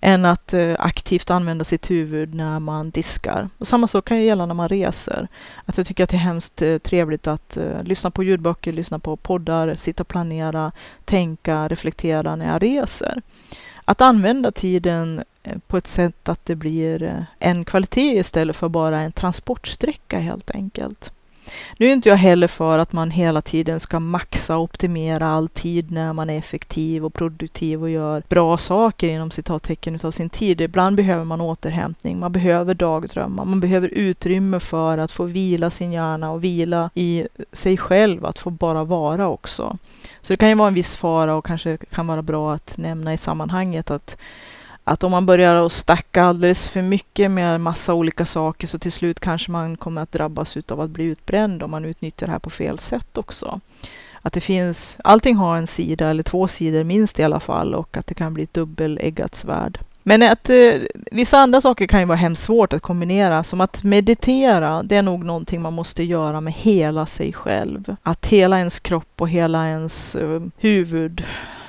Speaker 1: än att eh, aktivt använda sitt huvud när man diskar. Och samma sak kan ju gälla när man reser. Att jag tycker att det är hemskt eh, trevligt att eh, lyssna på ljudböcker, lyssna på poddar, sitta och planera, tänka, reflektera när jag reser. Att använda tiden eh, på ett sätt att det blir eh, en kvalitet istället för bara en transportsträcka helt enkelt. Nu är inte jag heller för att man hela tiden ska maxa och optimera all tid när man är effektiv och produktiv och gör bra saker inom citattecken utav sin tid. Ibland behöver man återhämtning, man behöver dagdrömmar, man behöver utrymme för att få vila sin hjärna och vila i sig själv, att få bara vara också. Så det kan ju vara en viss fara och kanske kan vara bra att nämna i sammanhanget att Att om man börjar att stacka alldeles för mycket med massa olika saker så till slut kanske man kommer att drabbas av att bli utbränd om man utnyttjar det här på fel sätt också. Att det finns, allting har en sida eller två sidor minst i alla fall och att det kan bli ett dubbeleggat svärd. Men att eh, vissa andra saker kan ju vara hemskt svårt att kombinera. Som att meditera, det är nog någonting man måste göra med hela sig själv. Att hela ens kropp och hela ens eh, huvud,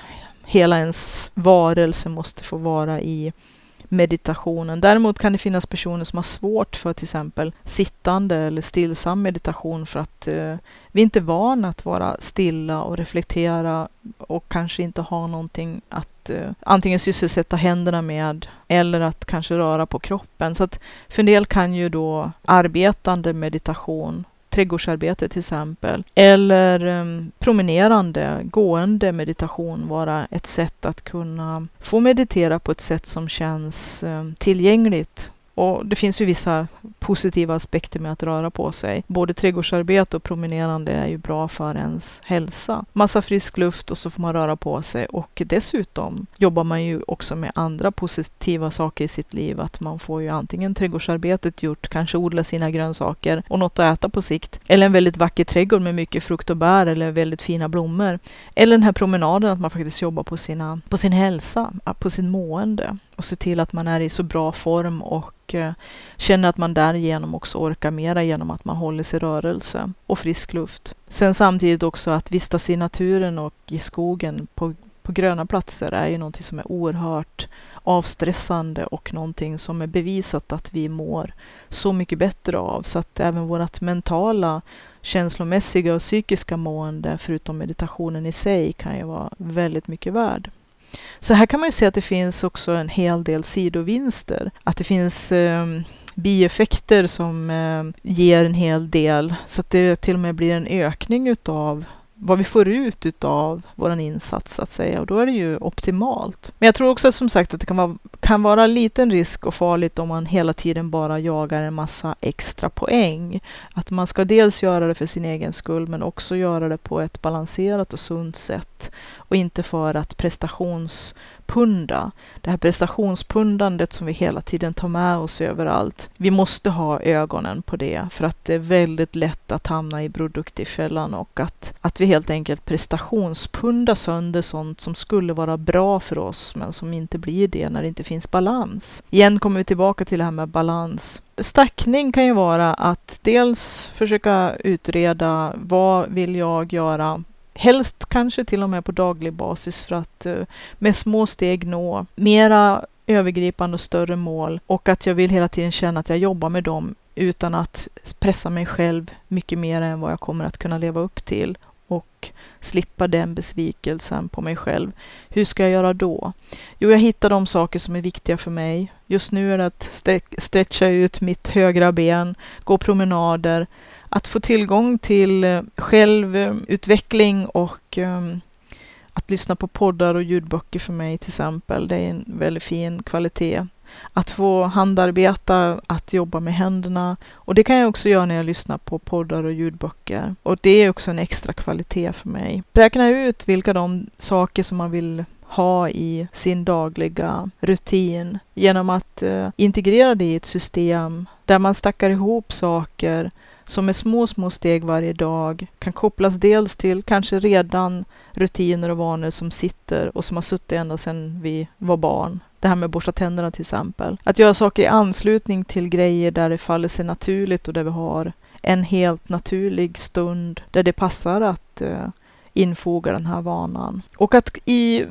Speaker 1: hela ens varelse måste få vara i meditationen. Däremot kan det finnas personer som har svårt för till exempel sittande eller stillsam meditation för att eh, vi inte är vana att vara stilla och reflektera och kanske inte ha någonting att eh, antingen sysselsätta händerna med eller att kanske röra på kroppen. Så att för en del kan ju då arbetande meditation, trädgårdsarbete till exempel, eller um, promenerande, gående meditation vara ett sätt att kunna få meditera på ett sätt som känns um, tillgängligt. Och det finns ju vissa positiva aspekter med att röra på sig. Både trädgårdsarbete och promenerande är ju bra för ens hälsa. Massa frisk luft och så får man röra på sig. Och dessutom jobbar man ju också med andra positiva saker i sitt liv. Att man får ju antingen trädgårdsarbetet gjort, kanske odla sina grönsaker och något att äta på sikt. Eller en väldigt vacker trädgård med mycket frukt och bär eller väldigt fina blommor. Eller den här promenaden att man faktiskt jobbar på, sina, på sin hälsa, på sin mående. Och se till att man är i så bra form och eh, känner att man därigenom också orkar mera genom att man håller sig i rörelse och frisk luft. Sen samtidigt också att vistas i naturen och i skogen på, på gröna platser är ju någonting som är oerhört avstressande och någonting som är bevisat att vi mår så mycket bättre av. Så att även vårt mentala, känslomässiga och psykiska mående förutom meditationen i sig kan ju vara väldigt mycket värd. Så här kan man ju se att det finns också en hel del sidovinster. Att det finns eh, bieffekter som eh, ger en hel del. Så att det till och med blir en ökning utav vad vi får ut utav våran insats så att säga. Och då är det ju optimalt. Men jag tror också som sagt att det kan vara, kan vara en liten risk och farligt om man hela tiden bara jagar en massa extra poäng. Att man ska dels göra det för sin egen skull men också göra det på ett balanserat och sunt sätt. Och inte för att prestationspunda. Det här prestationspundandet som vi hela tiden tar med oss överallt. Vi måste ha ögonen på det för att det är väldigt lätt att hamna i produktivfällan och att, att vi helt enkelt prestationspundar sönder sånt som skulle vara bra för oss men som inte blir det när det inte finns balans. Igen kommer vi tillbaka till det här med balans. Stackning kan ju vara att dels försöka utreda vad vill jag göra. Helst kanske till och med på daglig basis för att uh, med små steg nå mera övergripande och större mål och att jag vill hela tiden känna att jag jobbar med dem utan att pressa mig själv mycket mer än vad jag kommer att kunna leva upp till och slippa den besvikelsen på mig själv. Hur ska jag göra då? Jo, jag hittar de saker som är viktiga för mig. Just nu är det att stre- stretcha ut mitt högra ben, gå promenader. Att få tillgång till självutveckling och um, att lyssna på poddar och ljudböcker för mig till exempel. Det är en väldigt fin kvalitet. Att få handarbeta, att jobba med händerna. Och det kan jag också göra när jag lyssnar på poddar och ljudböcker. Och det är också en extra kvalitet för mig. Räkna ut vilka de saker som man vill ha i sin dagliga rutin. Genom att uh, integrera det i ett system där man stackar ihop saker som med små, små steg varje dag kan kopplas dels till kanske redan rutiner och vanor som sitter och som har suttit ända sedan vi var barn. Det här med borsta tänderna till exempel. Att göra saker i anslutning till grejer där det faller sig naturligt och där vi har en helt naturlig stund där det passar att uh, infoga den här vanan. Och att i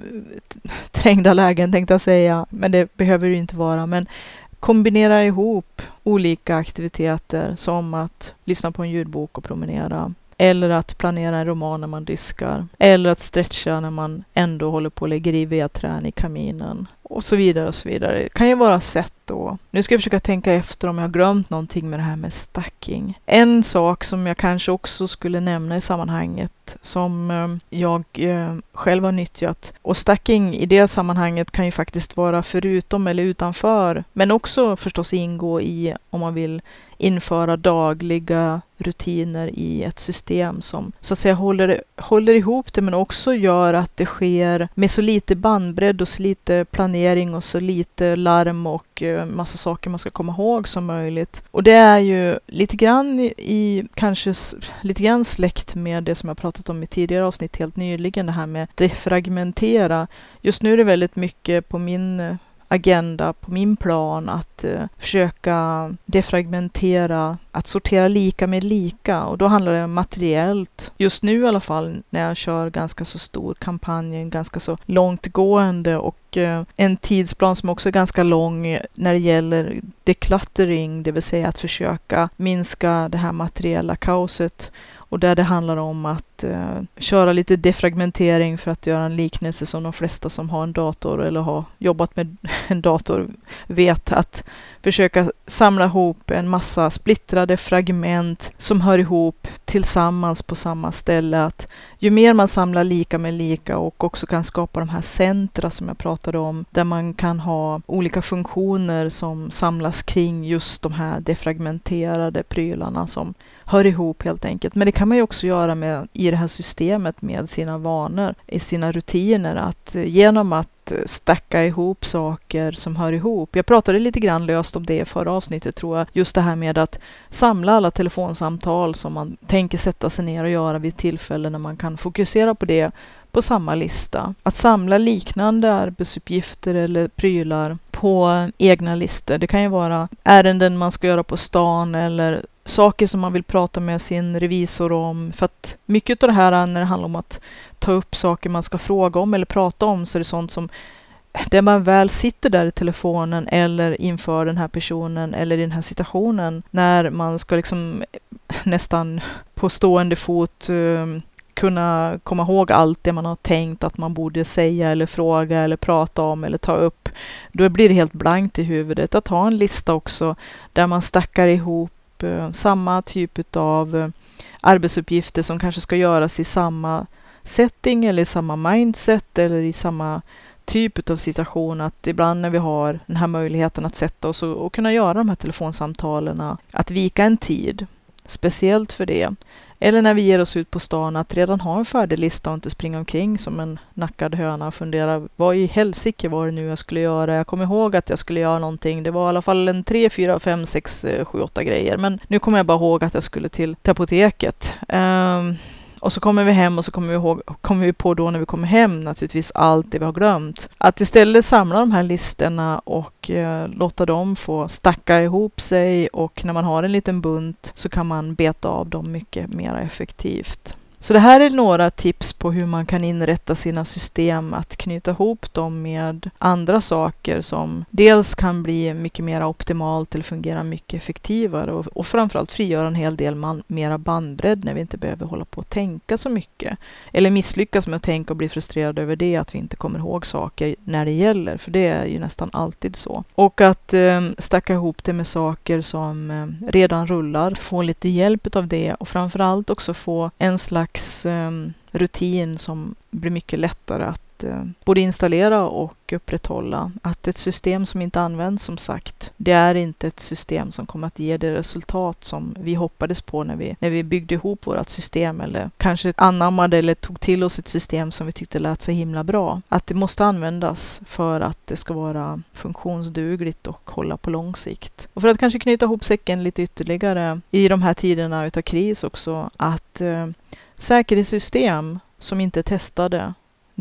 Speaker 1: trängda lägen tänkte jag säga, men det behöver det ju inte vara, men kombinera ihop olika aktiviteter som att lyssna på en ljudbok och promenera. Eller att planera en roman när man diskar. Eller att stretcha när man ändå håller på och lägger i vedträn i kaminen. Och så vidare och så vidare. Det kan ju vara sätt då. Nu ska jag försöka tänka efter om jag har glömt någonting med det här med stacking. En sak som jag kanske också skulle nämna i sammanhanget som eh, jag eh, själv har nyttjat. Och stacking i det sammanhanget kan ju faktiskt vara förutom eller utanför. Men också förstås ingå i om man vill införa dagliga rutiner i ett system som så att säga håller, håller ihop det men också gör att det sker med så lite bandbredd och så lite planering och så lite larm och uh, massa saker man ska komma ihåg som möjligt. Och det är ju lite grann i, i kanske s- lite grann släkt med det som jag pratat om i tidigare avsnitt helt nyligen, det här med defragmentera. Just nu är det väldigt mycket på min uh, agenda, på min plan att uh, försöka defragmentera, att sortera lika med lika, och då handlar det materiellt. Just nu i alla fall när jag kör ganska så stor kampanj, en ganska så långtgående och uh, en tidsplan som också är ganska lång när det gäller decluttering, det vill säga att försöka minska det här materiella kaoset. Och där det handlar om att uh, köra lite defragmentering, för att göra en liknelse som de flesta som har en dator eller har jobbat med en dator vet, att försöka samla ihop en massa splittrade fragment som hör ihop tillsammans på samma ställe. Att ju mer man samlar lika med lika och också kan skapa de här centra som jag pratade om, där man kan ha olika funktioner som samlas kring just de här defragmenterade prylarna som hör ihop helt enkelt. Men det kan man ju också göra med, i det här systemet med sina vanor, i sina rutiner, att genom att stacka ihop saker som hör ihop. Jag pratade lite grann löst om det i förra avsnittet tror jag. Just det här med att samla alla telefonsamtal som man tänker sätta sig ner och göra vid tillfällen när man kan fokusera på det på samma lista. Att samla liknande arbetsuppgifter eller prylar på egna listor. Det kan ju vara ärenden man ska göra på stan eller saker som man vill prata med sin revisor om. För att mycket av det här när det handlar om att ta upp saker man ska fråga om eller prata om, så är det sånt som där man väl sitter där i telefonen eller inför den här personen eller i den här situationen, när man ska liksom nästan på stående fot um, kunna komma ihåg allt det man har tänkt att man borde säga eller fråga eller prata om eller ta upp. Då blir det helt blankt i huvudet. Att ha en lista också där man stackar ihop uh, samma typ av uh, arbetsuppgifter som kanske ska göras i samma setting eller i samma mindset eller i samma typ av situation. Att ibland när vi har den här möjligheten att sätta oss och, och kunna göra de här telefonsamtalen, att vika en tid speciellt för det. Eller när vi ger oss ut på stan, att redan ha en färdig lista och inte springa omkring som en nackad höna och fundera, vad i helsike var det nu jag skulle göra? Jag kommer ihåg att jag skulle göra någonting. Det var i alla fall en tre, fyra, fem, sex, sju, åtta grejer. Men nu kommer jag bara ihåg att jag skulle till, till apoteket. Um, Och så kommer vi hem och så kommer vi, ihåg, kommer vi på då när vi kommer hem naturligtvis allt det vi har glömt. Att istället samla de här listorna och eh, låta dem få stacka ihop sig, och när man har en liten bunt så kan man beta av dem mycket mer effektivt. Så det här är några tips på hur man kan inrätta sina system, att knyta ihop dem med andra saker som dels kan bli mycket mer optimalt eller fungera mycket effektivare, och, och framförallt frigöra en hel del man, mera bandbredd när vi inte behöver hålla på att tänka så mycket. Eller misslyckas med att tänka och bli frustrerad över det, att vi inte kommer ihåg saker när det gäller, för det är ju nästan alltid så. Och att eh, stacka ihop det med saker som eh, redan rullar, få lite hjälp av det, och framförallt också få en slags Um, rutin som blir mycket lättare att uh, både installera och upprätthålla. Att ett system som inte används, som sagt, det är inte ett system som kommer att ge det resultat som vi hoppades på när vi, när vi byggde ihop vårt system, eller kanske anammade eller tog till oss ett system som vi tyckte lät så himla bra. Att det måste användas för att det ska vara funktionsdugligt och hålla på lång sikt. Och för att kanske knyta ihop säcken lite ytterligare i de här tiderna utav kris också, att uh, säkerhetssystem som inte är testade,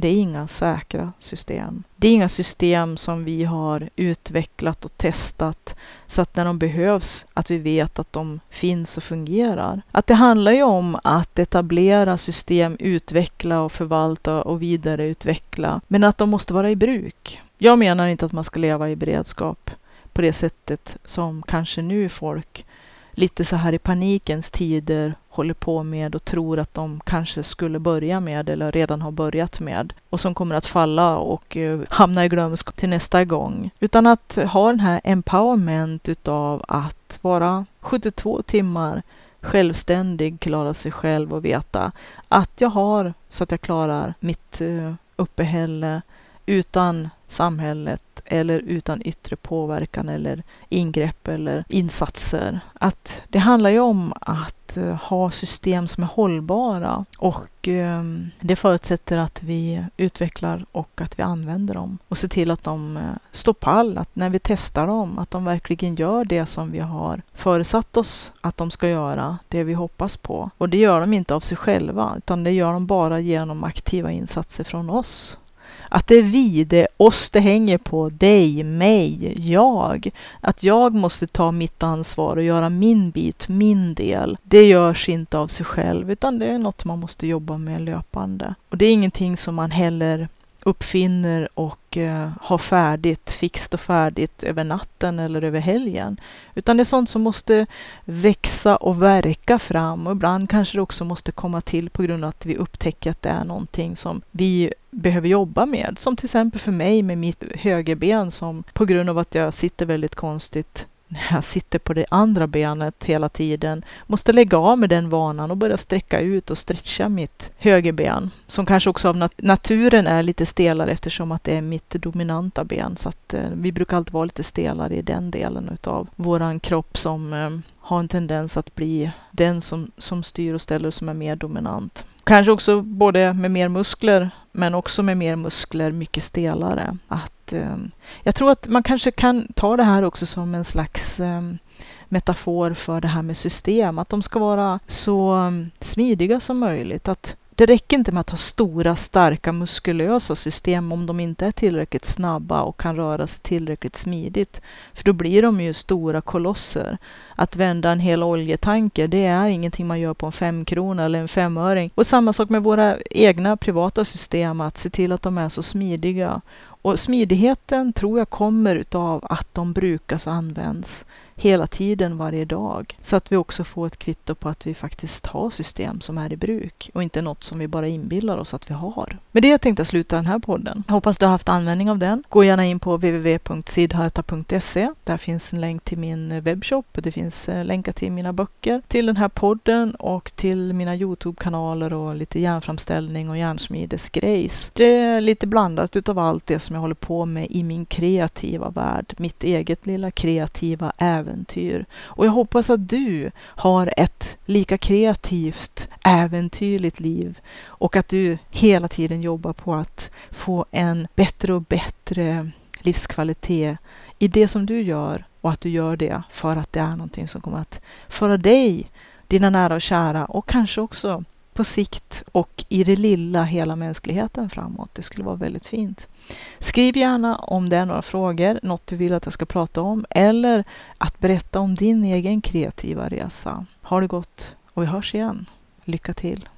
Speaker 1: det är inga säkra system. Det är inga system som vi har utvecklat och testat så att när de behövs att vi vet att de finns och fungerar. Att det handlar ju om att etablera system, utveckla och förvalta och vidareutveckla. Men att de måste vara i bruk. Jag menar inte att man ska leva i beredskap på det sättet som kanske nu folk lite så här i panikens tider håller på med och tror att de kanske skulle börja med eller redan har börjat med och som kommer att falla och uh, hamna i glömsk till nästa gång. Utan att ha den här empowerment utav att vara sjuttiotvå timmar självständig, klara sig själv och veta att jag har så att jag klarar mitt uh, uppehälle utan samhället eller utan yttre påverkan eller ingrepp eller insatser. Att det handlar ju om att uh, ha system som är hållbara och um, det förutsätter att vi utvecklar och att vi använder dem och ser till att de uh, står pall, att när vi testar dem att de verkligen gör det som vi har föresatt oss att de ska göra, det vi hoppas på. Och det gör de inte av sig själva utan det gör de bara genom aktiva insatser från oss. Att det är vi, det är oss det hänger på, dig, mig, jag. Att jag måste ta mitt ansvar och göra min bit, min del. Det görs inte av sig själv utan det är något man måste jobba med löpande. Och det är ingenting som man heller uppfinner och uh, har färdigt, fixt och färdigt över natten eller över helgen. Utan det är sånt som måste växa och verka fram och ibland kanske det också måste komma till på grund av att vi upptäcker att det är någonting som vi behöver jobba med. Som till exempel för mig med mitt högerben som på grund av att jag sitter väldigt konstigt när jag sitter på det andra benet hela tiden måste lägga av med den vanan och börja sträcka ut och stretcha mitt högerben som kanske också av nat- naturen är lite stelare eftersom att det är mitt dominanta ben så att eh, vi brukar alltid vara lite stelare i den delen utav våran kropp som eh, har en tendens att bli den som, som styr och ställer som är mer dominant. Kanske också både med mer muskler men också med mer muskler mycket stelare. Att, eh, jag tror att man kanske kan ta det här också som en slags eh, metafor för det här med system. Att de ska vara så eh, smidiga som möjligt. Att det räcker inte med att ha stora, starka, muskulösa system om de inte är tillräckligt snabba och kan röra sig tillräckligt smidigt. För då blir de ju stora kolosser. Att vända en hel oljetanker, det är ingenting man gör på en femkrona eller en femöring. Och samma sak med våra egna privata system, att se till att de är så smidiga. Och smidigheten tror jag kommer utav att de brukas och används hela tiden, varje dag. Så att vi också får ett kvitto på att vi faktiskt har system som är i bruk och inte något som vi bara inbillar oss att vi har. Med det tänkte jag sluta den här podden. Jag hoppas du har haft användning av den. Gå gärna in på w w w punkt siddharta punkt se. Där finns en länk till min webbshop. Det finns länkar till mina böcker, till den här podden och till mina YouTube-kanaler och lite järnframställning och järnsmidesgrejs. Det är lite blandat utav allt det som jag håller på med i min kreativa värld. Mitt eget lilla kreativa äventyr. Äventyr. Och jag hoppas att du har ett lika kreativt, äventyrligt liv och att du hela tiden jobbar på att få en bättre och bättre livskvalitet i det som du gör och att du gör det för att det är någonting som kommer att föra dig, dina nära och kära och kanske också på sikt och i det lilla hela mänskligheten framåt. Det skulle vara väldigt fint. Skriv gärna om det är några frågor, något du vill att jag ska prata om eller att berätta om din egen kreativa resa. Ha det gott och vi hörs igen. Lycka till!